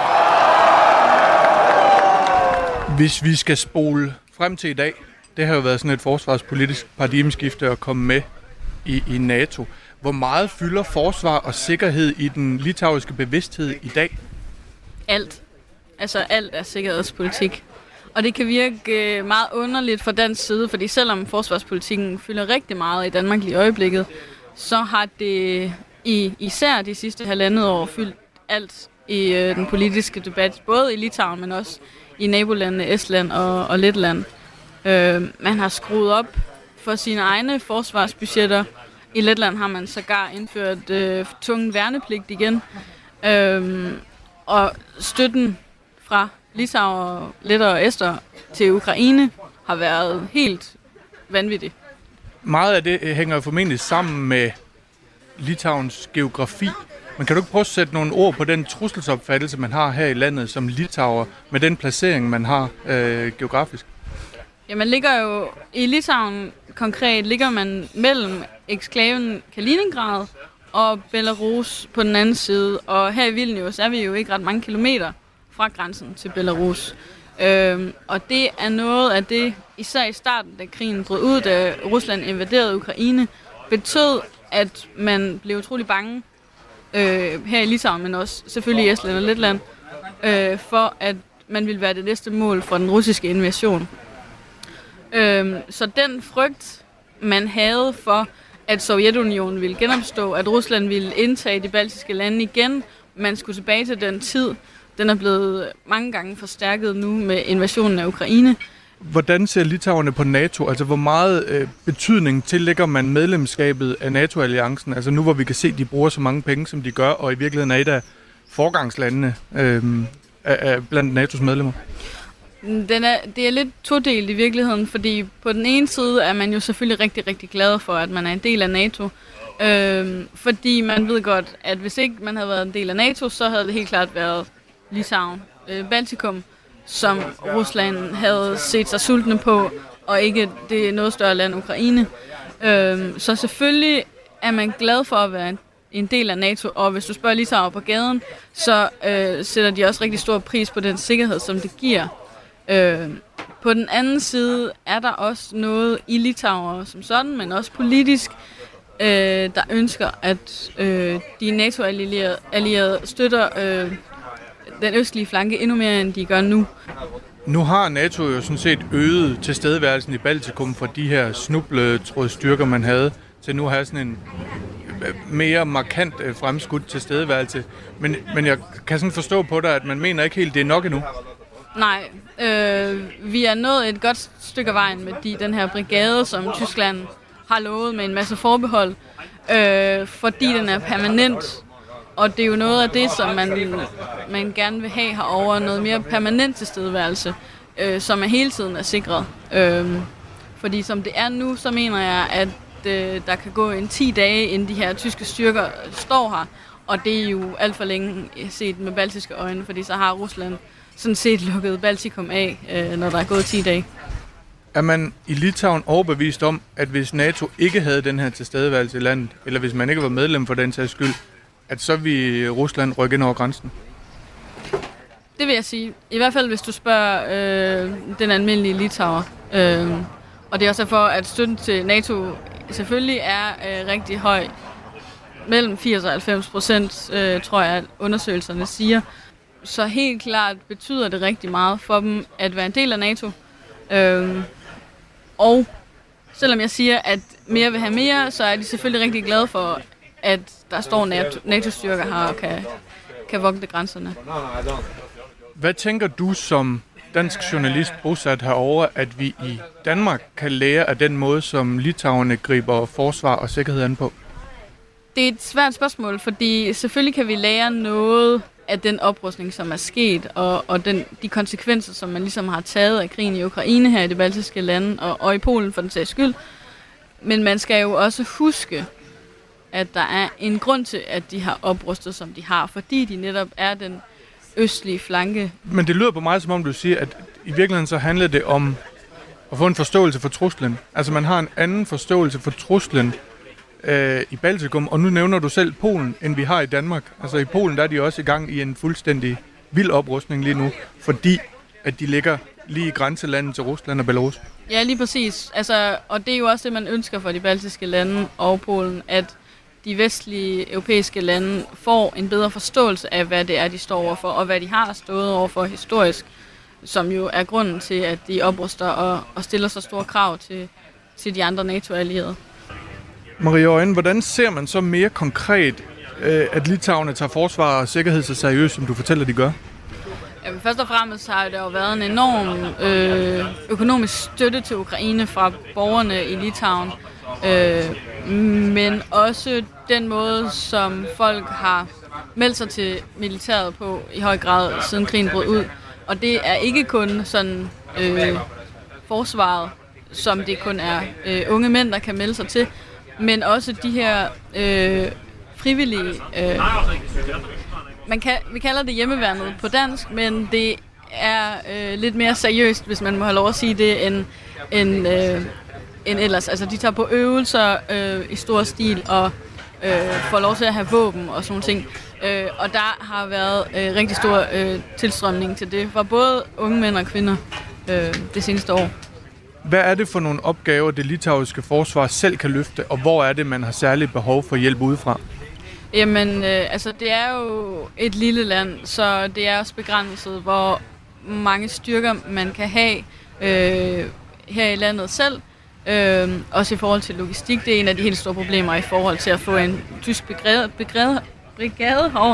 Hvis vi skal spole frem til i dag, det har jo været sådan et forsvarspolitisk paradigmeskifte at komme med i NATO. Hvor meget fylder forsvar og sikkerhed i den litauiske bevidsthed i dag? Alt. Altså alt er sikkerhedspolitik. Og det kan virke meget underligt fra dansk side, fordi selvom forsvarspolitikken fylder rigtig meget i Danmark lige i øjeblikket, så har det især de sidste 1,5 år fyldt alt i den politiske debat, både i Litauen, men også i nabolandene Estland og Letland. Man har skruet op for sine egne forsvarsbudgetter. I Letland har man sågar indført tvungen værnepligt igen. Og støtten fra Litauen, Letter og Ester til Ukraine har været helt vanvittig. Meget af det hænger formentlig sammen med Litauens geografi. Men kan du ikke prøve at sætte nogle ord på den trusselsopfattelse, man har her i landet som litauer, med den placering, man har geografisk? Ja, man ligger jo i Litauen konkret, ligger man mellem eksklaven Kaliningrad og Belarus på den anden side. Og her i Vilnius er vi jo ikke ret mange kilometer fra grænsen til Belarus. Og det er noget af det, især i starten, da krigen brød ud, da Rusland invaderede Ukraine, betød, at man blev utrolig bange her i Litauen, men også selvfølgelig i Estland og Letland, for at man ville være det næste mål for den russiske invasion. Så den frygt, man havde for, at Sovjetunionen ville genopstå, at Rusland ville indtage de baltiske lande igen, man skulle tilbage til den tid, den er blevet mange gange forstærket nu med invasionen af Ukraine. Hvordan ser litauerne på NATO? Altså, hvor meget betydning tillægger man medlemskabet af NATO-alliancen? Altså nu, hvor vi kan se, at de bruger så mange penge, som de gør, og i virkeligheden er et af forgangslandene blandt NATO's medlemmer. Det er lidt todelt i virkeligheden, fordi på den ene side er man jo selvfølgelig rigtig, rigtig glad for, at man er en del af NATO. Fordi man ved godt, at hvis ikke man havde været en del af NATO, så havde det helt klart været Litauen, Baltikum, som Rusland havde set sig sultne på, og ikke det noget større land, Ukraine. Så selvfølgelig er man glad for at være en del af NATO, og hvis du spørger Litauen på gaden, så sætter de også rigtig stor pris på den sikkerhed, som det giver. På den anden side er der også noget i Litauen som sådan, men også politisk, der ønsker, at de NATO-allierede støtter den østlige flanke endnu mere, end de gør nu. Nu har NATO jo sådan set øget tilstedeværelsen i Baltikum fra de her snubletrådstyrker, man havde, til nu at have sådan en mere markant fremskudt tilstedeværelse. Men jeg kan sådan forstå på dig, at man mener ikke helt, det er nok endnu. Nej, vi er nået et godt stykke af vejen med den her brigade, som Tyskland har lovet med en masse forbehold, fordi den er permanent. Og det er jo noget af det, som man gerne vil have herovre, noget mere permanent tilstedeværelse, som er hele tiden er sikret. Fordi som det er nu, så mener jeg, at der kan gå 10 dage, inden de her tyske styrker står her. Og det er jo alt for længe set med baltiske øjne, fordi så har Rusland sådan set lukket Baltikum af, når der er gået 10 dage. Er man i Litauen overbevist om, at hvis NATO ikke havde den her tilstedeværelse i landet, eller hvis man ikke var medlem for den sags skyld, at så vil Rusland rykke ind over grænsen? Det vil jeg sige. I hvert fald, hvis du spørger den almindelige litauer. Og det er også derfor, at støtten til NATO selvfølgelig er rigtig høj. Mellem 80 og 90%, tror jeg, at undersøgelserne siger. Så helt klart betyder det rigtig meget for dem at være en del af NATO. Og selvom jeg siger, at mere vil have mere, så er de selvfølgelig rigtig glade for, at der står NATO-styrker her og kan vogte grænserne. Hvad tænker du som dansk journalist bosat herovre, at vi i Danmark kan lære af den måde, som litauerne griber forsvar og sikkerhed an på? Det er et svært spørgsmål, fordi selvfølgelig kan vi lære noget af den oprustning, som er sket, og de konsekvenser, som man ligesom har taget af krigen i Ukraine her i de baltiske lande, og i Polen for den sags skyld. Men man skal jo også huske, at der er en grund til, at de har oprustet, som de har, fordi de netop er den østlige flanke. Men det lyder på mig, som om du siger, at i virkeligheden så handler det om at få en forståelse for truslen. Altså man har en anden forståelse for truslen i Baltikum, og nu nævner du selv Polen, end vi har i Danmark. Altså i Polen, der er de også i gang i en fuldstændig vild oprustning lige nu, fordi at de ligger lige i grænselandet til Rusland og Belarus. Ja, lige præcis. Altså, og det er jo også det, man ønsker for de baltiske lande og Polen, at de vestlige europæiske lande får en bedre forståelse af, hvad det er, de står overfor, og hvad de har stået overfor historisk, som jo er grunden til, at de opruster og stiller så store krav til de andre NATO-allierede. Maria Øjne, hvordan ser man så mere konkret, at litauerne tager forsvar og sikkerhed så seriøst, som du fortæller, de gør? Jamen, først og fremmest har der jo været en enorm økonomisk støtte til Ukraine fra borgerne i Litauen, men også den måde, som folk har meldt sig til militæret på i høj grad, siden krigen brød ud. Og det er ikke kun sådan forsvaret, som det kun er unge mænd, der kan melde sig til, men også de her frivillige... vi kalder det hjemmeværnet på dansk, men det er lidt mere seriøst, hvis man må have lov at sige det, end ellers. Altså, de tager på øvelser i stor stil og får lov til at have våben og sådan nogle ting. Og der har været rigtig stor tilstrømning til det for både unge mænd og kvinder det seneste år. Hvad er det for nogle opgaver, det litauiske forsvar selv kan løfte, og hvor er det, man har særligt behov for hjælp udefra? Jamen, altså det er jo et lille land, så det er også begrænset, hvor mange styrker man kan have her i landet selv. Også i forhold til logistik, det er en af de helt store problemer i forhold til at få en tysk brigade herover.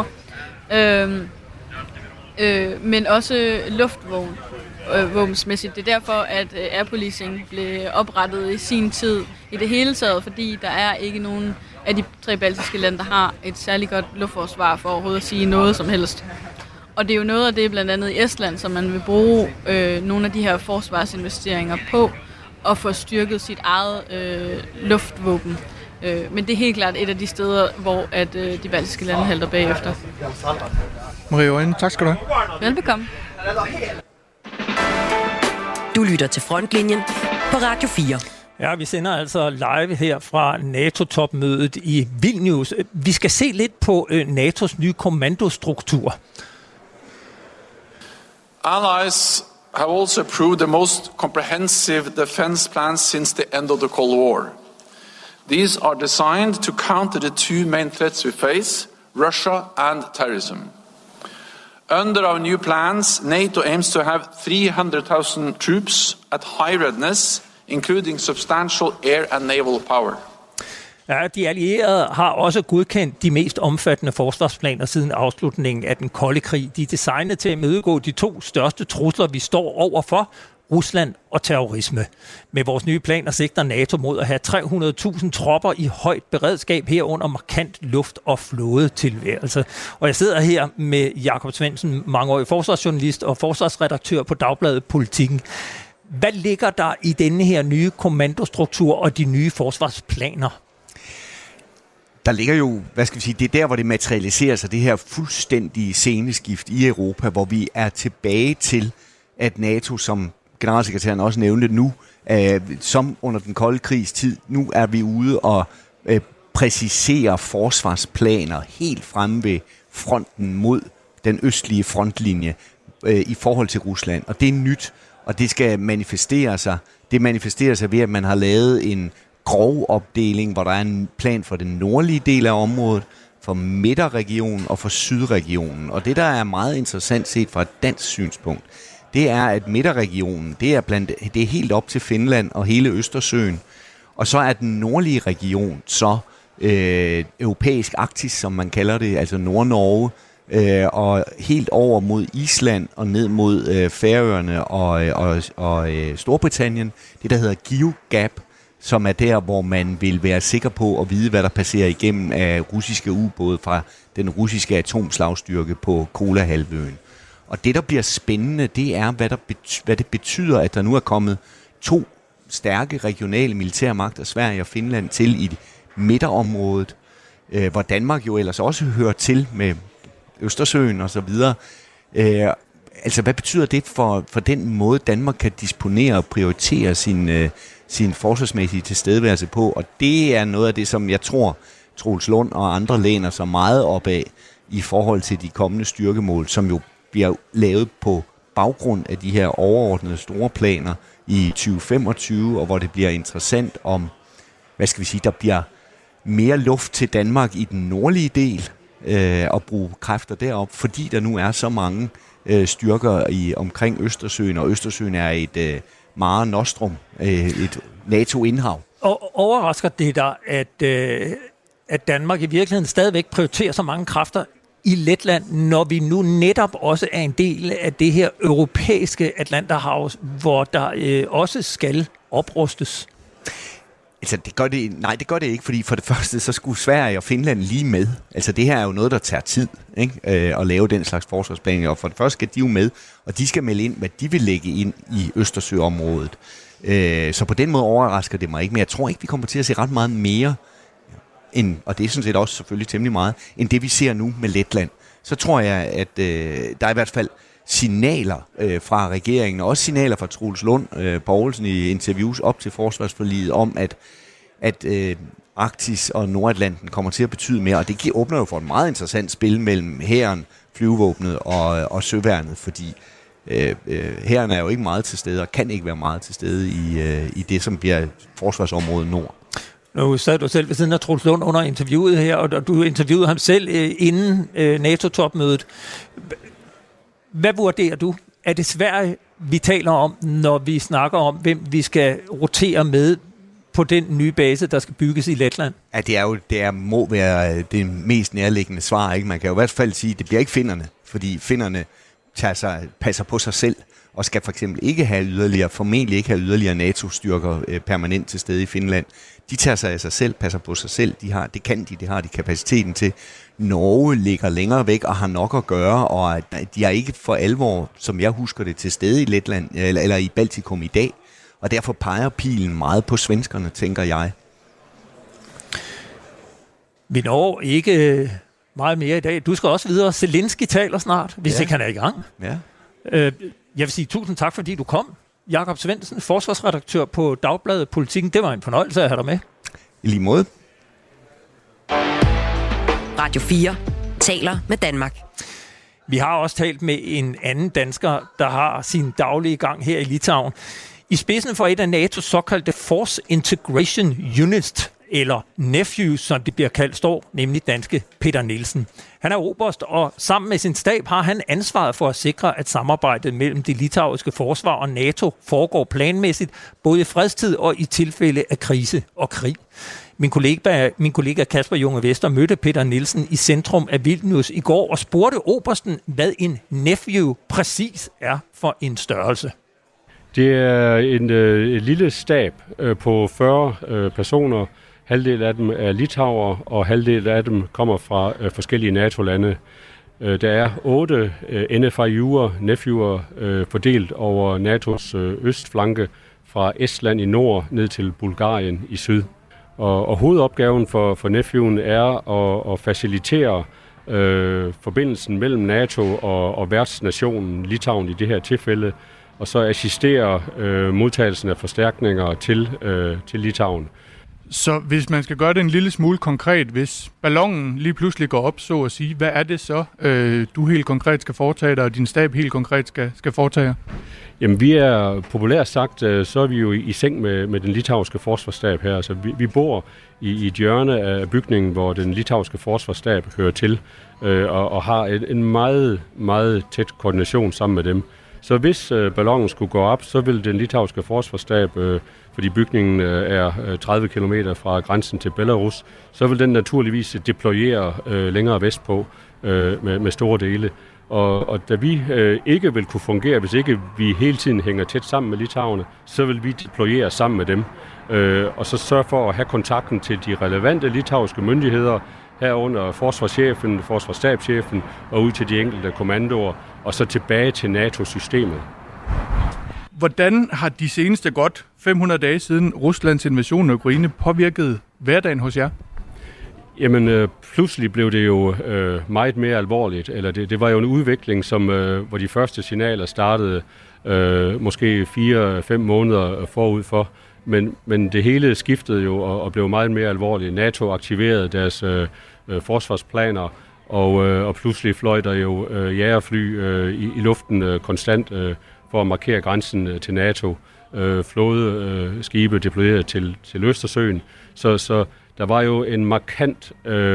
Men også luftvåbensmæssigt. Det er derfor, at Air Policing blev oprettet i sin tid i det hele taget, fordi der er ikke nogen af de 3 baltiske lande, der har et særligt godt luftforsvar for overhovedet at sige noget som helst. Og det er jo noget af det, blandt andet i Estland, som man vil bruge nogle af de her forsvarsinvesteringer på at få styrket sit eget luftvåben. Men det er helt klart et af de steder, hvor at, de baltiske lande halter bagefter. Maria Øjne, tak skal du have. Velbekomme. Du lytter til Frontlinjen på Radio 4. Ja, vi sender altså live her fra NATO-topmødet i Vilnius. Vi skal se lidt på NATO's nye kommandostruktur. Allies have also approved the most comprehensive defense plans since the end of the Cold War. These are designed to counter the two main threats we face, Russia and terrorism. Under our new plans, NATO aims to have 300,000 troops at high readiness, including substantial air and naval power. Ja, de allierede har også godkendt de mest omfattende forsvarsplaner siden afslutningen af den kolde krig. De er designet til at imødegå de 2 største trusler, vi står overfor, Rusland og terrorisme. Med vores nye planer sigter NATO mod at have 300.000 tropper i højt beredskab herunder markant luft- og flådetilværelse. Og jeg sidder her med Jakob Svendsen, mangeårig forsvarsjournalist og forsvarsredaktør på Dagbladet Politikken. Hvad ligger der i denne her nye kommandostruktur og de nye forsvarsplaner? Der ligger jo, det er der, hvor det materialiserer sig, det her fuldstændige sceneskift i Europa, hvor vi er tilbage til, at NATO, som generalsekretæren også nævnte nu, som under den kolde krigs tid, nu er vi ude og præcisere forsvarsplaner helt fremme ved fronten mod den østlige frontlinje i forhold til Rusland. Og det er nyt, og det skal manifestere sig. Det manifesterer sig ved, at man har lavet en grov opdeling, hvor der er en plan for den nordlige del af området, for midterregionen og for sydregionen. Og det, der er meget interessant set fra et dansk synspunkt, det er, at midterregionen, det er helt op til Finland og hele Østersøen. Og så er den nordlige region så europæisk Arktis, som man kalder det, altså Nord-Norge, og helt over mod Island og ned mod Færøerne og Storbritannien. Det, der hedder GeoGap, som er der, hvor man vil være sikker på at vide, hvad der passerer igennem af russiske ubåde fra den russiske atomslagstyrke på Kolahalvøen. Og det, der bliver spændende, det er, hvad det betyder, at der nu er kommet 2 stærke regionale militærmagter, Sverige og Finland, til i midterområdet, hvor Danmark jo ellers også hører til med Østersøen og så videre. Altså, hvad betyder det for den måde, Danmark kan disponere og prioritere sin forsvarsmæssige tilstedeværelse på? Og det er noget af det, som jeg tror, Troels Lund og andre læner sig meget op af i forhold til de kommende styrkemål, som jo bliver lavet på baggrund af de her overordnede store planer i 2025, og hvor det bliver interessant om, der bliver mere luft til Danmark i den nordlige del, og bruge kræfter derop, fordi der nu er så mange styrker omkring Østersøen, og Østersøen er et Mare Nostrum, et NATO-indhav. Og overrasker det dig, at Danmark i virkeligheden stadigvæk prioriterer så mange kræfter i Letland, når vi nu netop også er en del af det her europæiske Atlanterhav, hvor der også skal oprustes? Altså, det gør det ikke, fordi for det første, så skulle Sverige og Finland lige med. Altså, det her er jo noget, der tager tid, ikke? At lave den slags forsvarsplaner. Og for det første skal de jo med, og de skal melde ind, hvad de vil lægge ind i Østersøområdet. Så på den måde overrasker det mig ikke, men jeg tror ikke, vi kommer til at se ret meget mere, og det er sådan set også selvfølgelig temmelig meget, end det vi ser nu med Letland. Så tror jeg, at der er i hvert fald signaler fra regeringen, og også signaler fra Troels Lund Poulsen i interviews op til forsvarsforliget om, at Arktis og Nordatlanten kommer til at betyde mere, og det åbner jo for et meget interessant spil mellem hæren, flyvevåbnet og søværnet, fordi hæren er jo ikke meget til stede, og kan ikke være meget til stede i det, som bliver forsvarsområdet nord. Nu sad du selv ved siden af Troels Lund under interviewet her, og du interviewede ham selv inden NATO-topmødet. Hvad vurderer du? Er det Sverige, vi taler om, når vi snakker om, hvem vi skal rotere med på den nye base, der skal bygges i Letland? Ja, det må være det mest nærliggende svar, ikke? Man kan jo i hvert fald sige, at det bliver ikke finnerne, fordi finnerne passer på sig selv, og skal for eksempel formentlig ikke have yderligere NATO-styrker permanent til stede i Finland. De tager sig af sig selv, passer på sig selv, det har de kapaciteten til. Norge ligger længere væk og har nok at gøre, og de er ikke for alvor, som jeg husker det, til stede i Letland eller i Baltikum i dag, og derfor peger pilen meget på svenskerne, tænker jeg. Vi når ikke meget mere i dag. Du skal også videre. Zelensky taler snart, hvis ikke han er i gang. Ja. Jeg vil sige tusind tak, fordi du kom. Jakob Svendsen, forsvarsredaktør på Dagbladet Politikken. Det var en fornøjelse at have dig med. I lige måde. Radio 4 taler med Danmark. Vi har også talt med en anden dansker, der har sin daglige gang her i Litauen. I spidsen for et af NATO's såkaldte Force Integration Unit, eller NEFU, som det bliver kaldt, står nemlig danske Peter Nielsen. Han er oberst, og sammen med sin stab har han ansvaret for at sikre, at samarbejdet mellem det litauiske forsvar og NATO foregår planmæssigt, både i fredstid og i tilfælde af krise og krig. Min kollega Kasper Junge Vester mødte Peter Nielsen i centrum af Vilnius i går og spurgte obersten, hvad en NEFU præcis er for en størrelse. Det er en lille stab på 40 personer. Halvdel af dem er litauer, og halvdel af dem kommer fra forskellige NATO-lande. Der er 8 NFIU'er fordelt over NATO's østflanke fra Estland i nord ned til Bulgarien i syd. Og hovedopgaven for NEFU'en er at facilitere forbindelsen mellem NATO og værtsnationen Litauen i det her tilfælde, og så assistere modtagelsen af forstærkninger til Litauen. Så hvis man skal gøre det en lille smule konkret, hvis ballonen lige pludselig går op, så at sige, hvad er det så, du helt konkret skal foretage dig, og din stab helt konkret skal foretage? Jamen vi er populært sagt, så er vi jo i seng med den litauiske forsvarsstab her. Altså vi bor i et hjørne af bygningen, hvor den litauiske forsvarsstab hører til, og har en meget, meget tæt koordination sammen med dem. Så hvis ballonen skulle gå op, så vil den litauiske forsvarsstab, fordi bygningen er 30 km fra grænsen til Belarus, så vil den naturligvis deployere længere vestpå med store dele. Og da vi ikke vil kunne fungere, hvis ikke vi hele tiden hænger tæt sammen med litauerne, så vil vi deployere sammen med dem. Og så sørge for at have kontakten til de relevante litauiske myndigheder, herunder forsvarschefen, forsvarsstabschefen og ud til de enkelte kommandoer, og så tilbage til NATO-systemet. Hvordan har de seneste godt 500 dage siden Ruslands invasion af Ukraine påvirket hverdagen hos jer? Jamen, pludselig blev det jo meget mere alvorligt. Eller det var jo en udvikling, hvor de første signaler startede måske 4-5 måneder forud for. Men det hele skiftede jo og blev meget mere alvorligt. NATO aktiverede deres forsvarsplaner, og pludselig fløj der jo jagerfly i luften konstant for at markere grænsen til NATO. Flådeskibe deployeret til Østersøen. Så der var jo en markant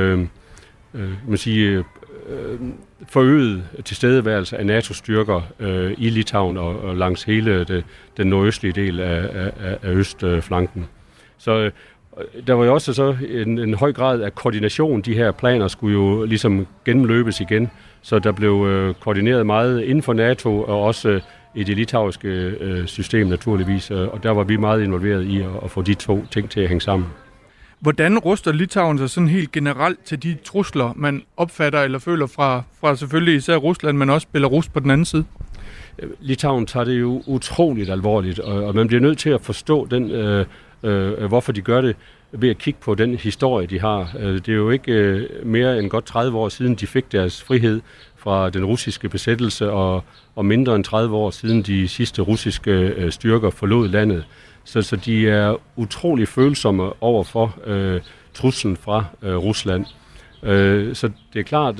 forøget tilstedeværelse af NATO-styrker i Litauen og langs hele den nordøstlige del af østflanken. Så der var jo også så en høj grad af koordination. De her planer skulle jo ligesom gennemløbes igen, så der blev koordineret meget inden for NATO og også i det litauiske system naturligvis, og der var vi meget involveret i at få de to ting til at hænge sammen. Hvordan ruster Litauen sig sådan helt generelt til de trusler, man opfatter eller føler fra selvfølgelig især Rusland, men også Belarus på den anden side? Litauen tager det jo utroligt alvorligt, og man bliver nødt til at forstå hvorfor de gør det ved at kigge på den historie, de har. Det er jo ikke mere end godt 30 år siden, de fik deres frihed fra den russiske besættelse, og mindre end 30 år siden de sidste russiske styrker forlod landet. Så de er utrolig følsomme over for truslen fra Rusland. Så det er klart,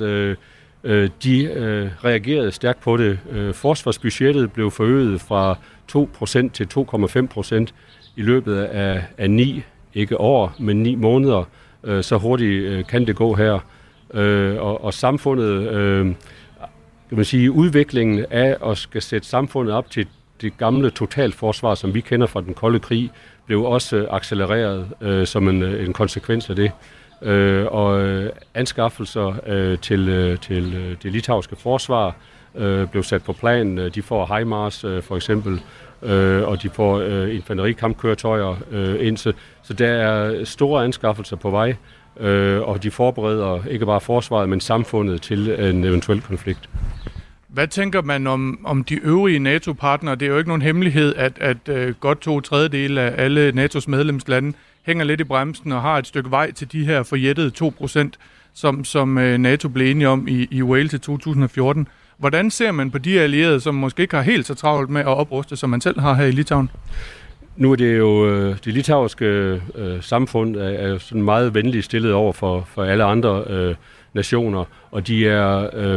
de reagerede stærkt på det. Forsvarsbudgettet blev forøget fra 2% til 2,5% i løbet af 9, ikke år, men 9 måneder. Så hurtigt kan det gå her. Og samfundet, kan man sige, udviklingen af at skal sætte samfundet op til det gamle totalforsvar, som vi kender fra den kolde krig, blev også accelereret som en konsekvens af det. Og anskaffelser til det litauiske forsvar blev sat på plan. De får HIMARS for eksempel, og de får infanterikampkøretøjer ind. Så der er store anskaffelser på vej, og de forbereder ikke bare forsvaret, men samfundet til en eventuel konflikt. Hvad tænker man om de øvrige NATO-partnere? Det er jo ikke nogen hemmelighed, at godt 2/3 af alle NATO's medlemslande hænger lidt i bremsen og har et stykke vej til de her forjættede 2%, som NATO blev enige om i Wales i 2014. Hvordan ser man på de allierede, som måske ikke har helt så travlt med at opruste, som man selv har her i Litauen? Nu er det jo det litauiske samfund er jo sådan meget venligt stillet over for alle andre nationer, og de er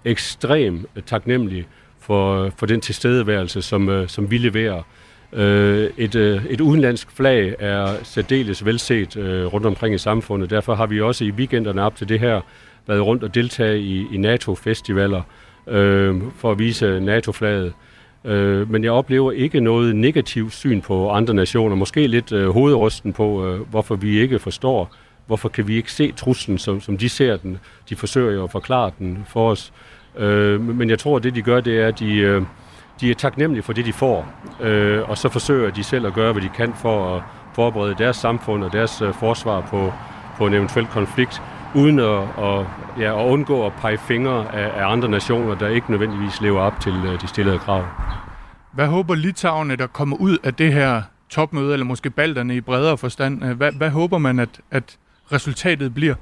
ekstremt taknemmelig for den tilstedeværelse, som vi leverer. Et udenlandsk flag er særdeles velset rundt omkring i samfundet. Derfor har vi også i weekenderne op til det her været rundt og deltage i NATO-festivaler for at vise NATO-flaget. Men jeg oplever ikke noget negativt syn på andre nationer. Måske lidt hovedrysten på, hvorfor vi ikke forstår. Hvorfor kan vi ikke se truslen, som de ser den? De forsøger jo at forklare den for os. Men jeg tror, at det de gør, det er, at de er taknemmelige for det, de får. Og så forsøger de selv at gøre, hvad de kan for at forberede deres samfund og deres forsvar på en eventuel konflikt, uden at undgå at pege fingre af andre nationer, der ikke nødvendigvis lever op til de stillede krav. Hvad håber litauerne, der kommer ud af det her topmøde, eller måske balterne i bredere forstand? Hvad håber man, at resultatet bliver?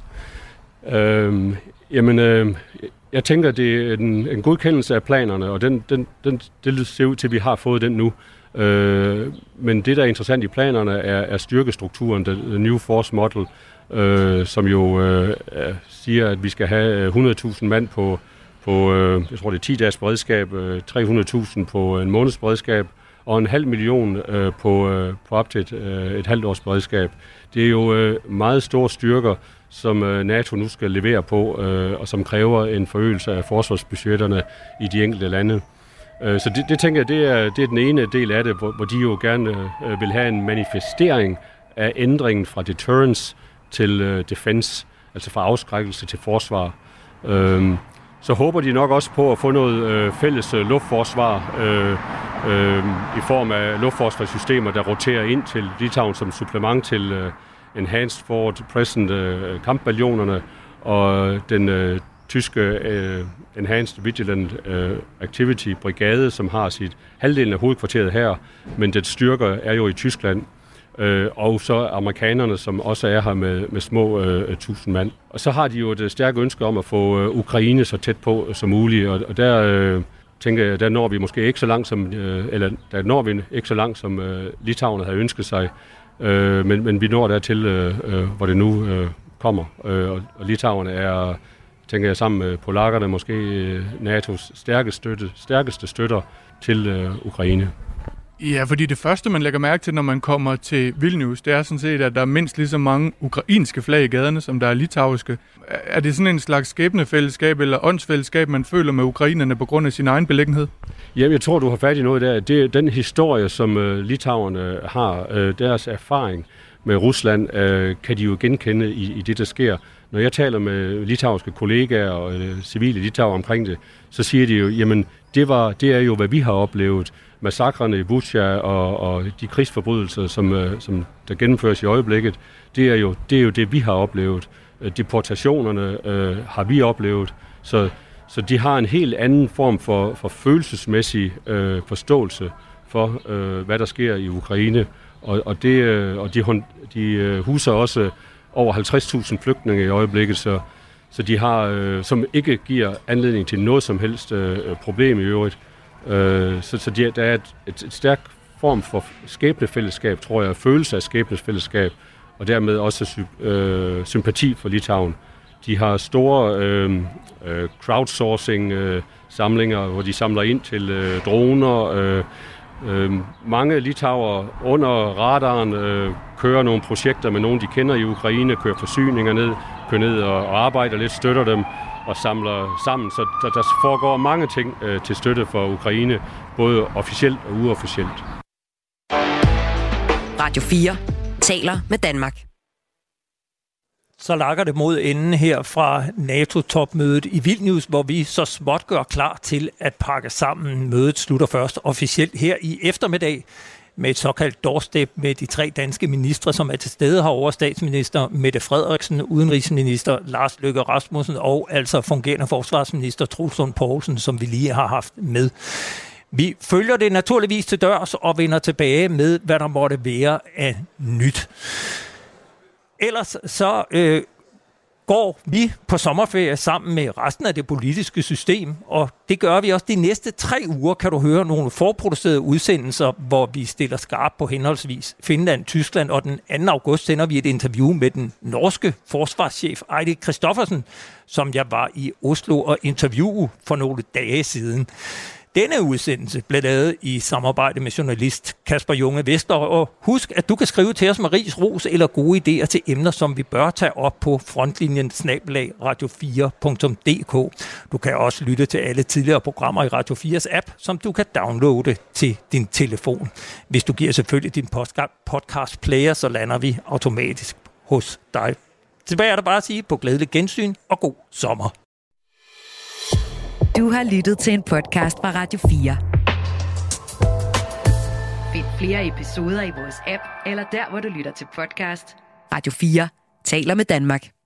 Jeg tænker, det er en godkendelse af planerne, og det ser ud til, at vi har fået den nu. Men det, der er interessant i planerne, er styrkestrukturen, the New Force Model, som jo siger, at vi skal have 100.000 mand på jeg tror det er 10 dages beredskab, 300.000 på en måneds beredskab, og 500.000 på op til et halvt års beredskab. Det er jo meget store styrker, som NATO nu skal levere på, og som kræver en forøgelse af forsvarsbudgetterne i de enkelte lande. Så det tænker jeg, det er den ene del af det, hvor de jo gerne vil have en manifestering af ændringen fra deterrence til defense, altså fra afskrækkelse til forsvar. Så håber de nok også på at få noget fælles luftforsvar i form af luftforsvarssystemer, der roterer ind til Litauen som supplement til Enhanced Forward Present kampballonerne og den tyske Enhanced Vigilant Activity Brigade, som har sit halvdelen af hovedkvarteret her, men dets styrker er jo i Tyskland. Og så amerikanerne, som også er her med små 1000 mand. Og så har de jo et stærkt ønske om at få Ukraine så tæt på som muligt, og der tænker jeg, der når vi måske ikke så langt som litauerne havde ønsket sig, men vi når dertil, hvor det nu kommer. Og litauerne er, tænker jeg, sammen med polakkerne måske NATO's stærkeste støtter til Ukraine. Ja, fordi det første, man lægger mærke til, når man kommer til Vilnius, det er sådan set, at der er mindst lige så mange ukrainske flag i gaderne, som der er litauiske. Er det sådan en slags skæbnefællesskab eller åndsfællesskab, man føler med ukrainerne på grund af sin egen beliggenhed? Jamen, jeg tror, du har fat i noget der. Det er den historie, som litauerne har, deres erfaring med Rusland, kan de jo genkende i det, der sker. Når jeg taler med litauiske kollegaer og civile litauer omkring det, så siger de jo, jamen, det er jo, hvad vi har oplevet. Massakrene i Bucha og de krigsforbrydelser, som der gennemføres i øjeblikket, det er jo det, vi har oplevet. Deportationerne har vi oplevet. Så de har en helt anden form for følelsesmæssig forståelse for, hvad der sker i Ukraine. Og de huser også over 50.000 flygtninge i øjeblikket, så de har, som ikke giver anledning til noget som helst problem i øvrigt. Så der er et stærkt form for skæbnefællesskab, tror jeg, følelse af skæbnefællesskab, og dermed også sympati for Litauen. De har store crowdsourcing-samlinger, hvor de samler ind til droner. Mange litauere under radaren kører nogle projekter med nogen, de kender i Ukraine, kører forsyninger ned, kører ned og arbejder lidt, støtter dem og samler sammen. Så der foregår mange ting til støtte for Ukraine, både officielt og uofficielt. Radio 4 taler med Danmark. Så lakker det mod enden her fra NATO-topmødet i Vilnius, hvor vi så småt gør klar til at pakke sammen. Mødet slutter først officielt her i eftermiddag med et såkaldt doorstep med de 3 danske ministre, som er til stede herover: statsminister Mette Frederiksen, udenrigsminister Lars Løkke Rasmussen og altså fungerende forsvarsminister Troels Lund Poulsen, som vi lige har haft med. Vi følger det naturligvis til dørs og vender tilbage med, hvad der måtte være af nyt. Ellers så går vi på sommerferie sammen med resten af det politiske system, og det gør vi også de næste 3 uger, kan du høre nogle forproducerede udsendelser, hvor vi stiller skarp på henholdsvis Finland, Tyskland, og den 2. august sender vi et interview med den norske forsvarschef Eide Kristoffersen, som jeg var i Oslo og interviewe for nogle dage siden. Denne udsendelse blev lavet i samarbejde med journalist Kasper Junge Vester, og husk, at du kan skrive til os med ris, ros eller gode idéer til emner, som vi bør tage op på frontlinjen@radio4.dk. Du kan også lytte til alle tidligere programmer i Radio 4's app, som du kan downloade til din telefon. Hvis du giver selvfølgelig din podcast player, så lander vi automatisk hos dig. Tilbage er der bare at sige på glædelig gensyn og god sommer. Du har lyttet til en podcast fra Radio 4. Find flere episoder i vores app, eller der, hvor du lytter til podcast. Radio 4 taler med Danmark.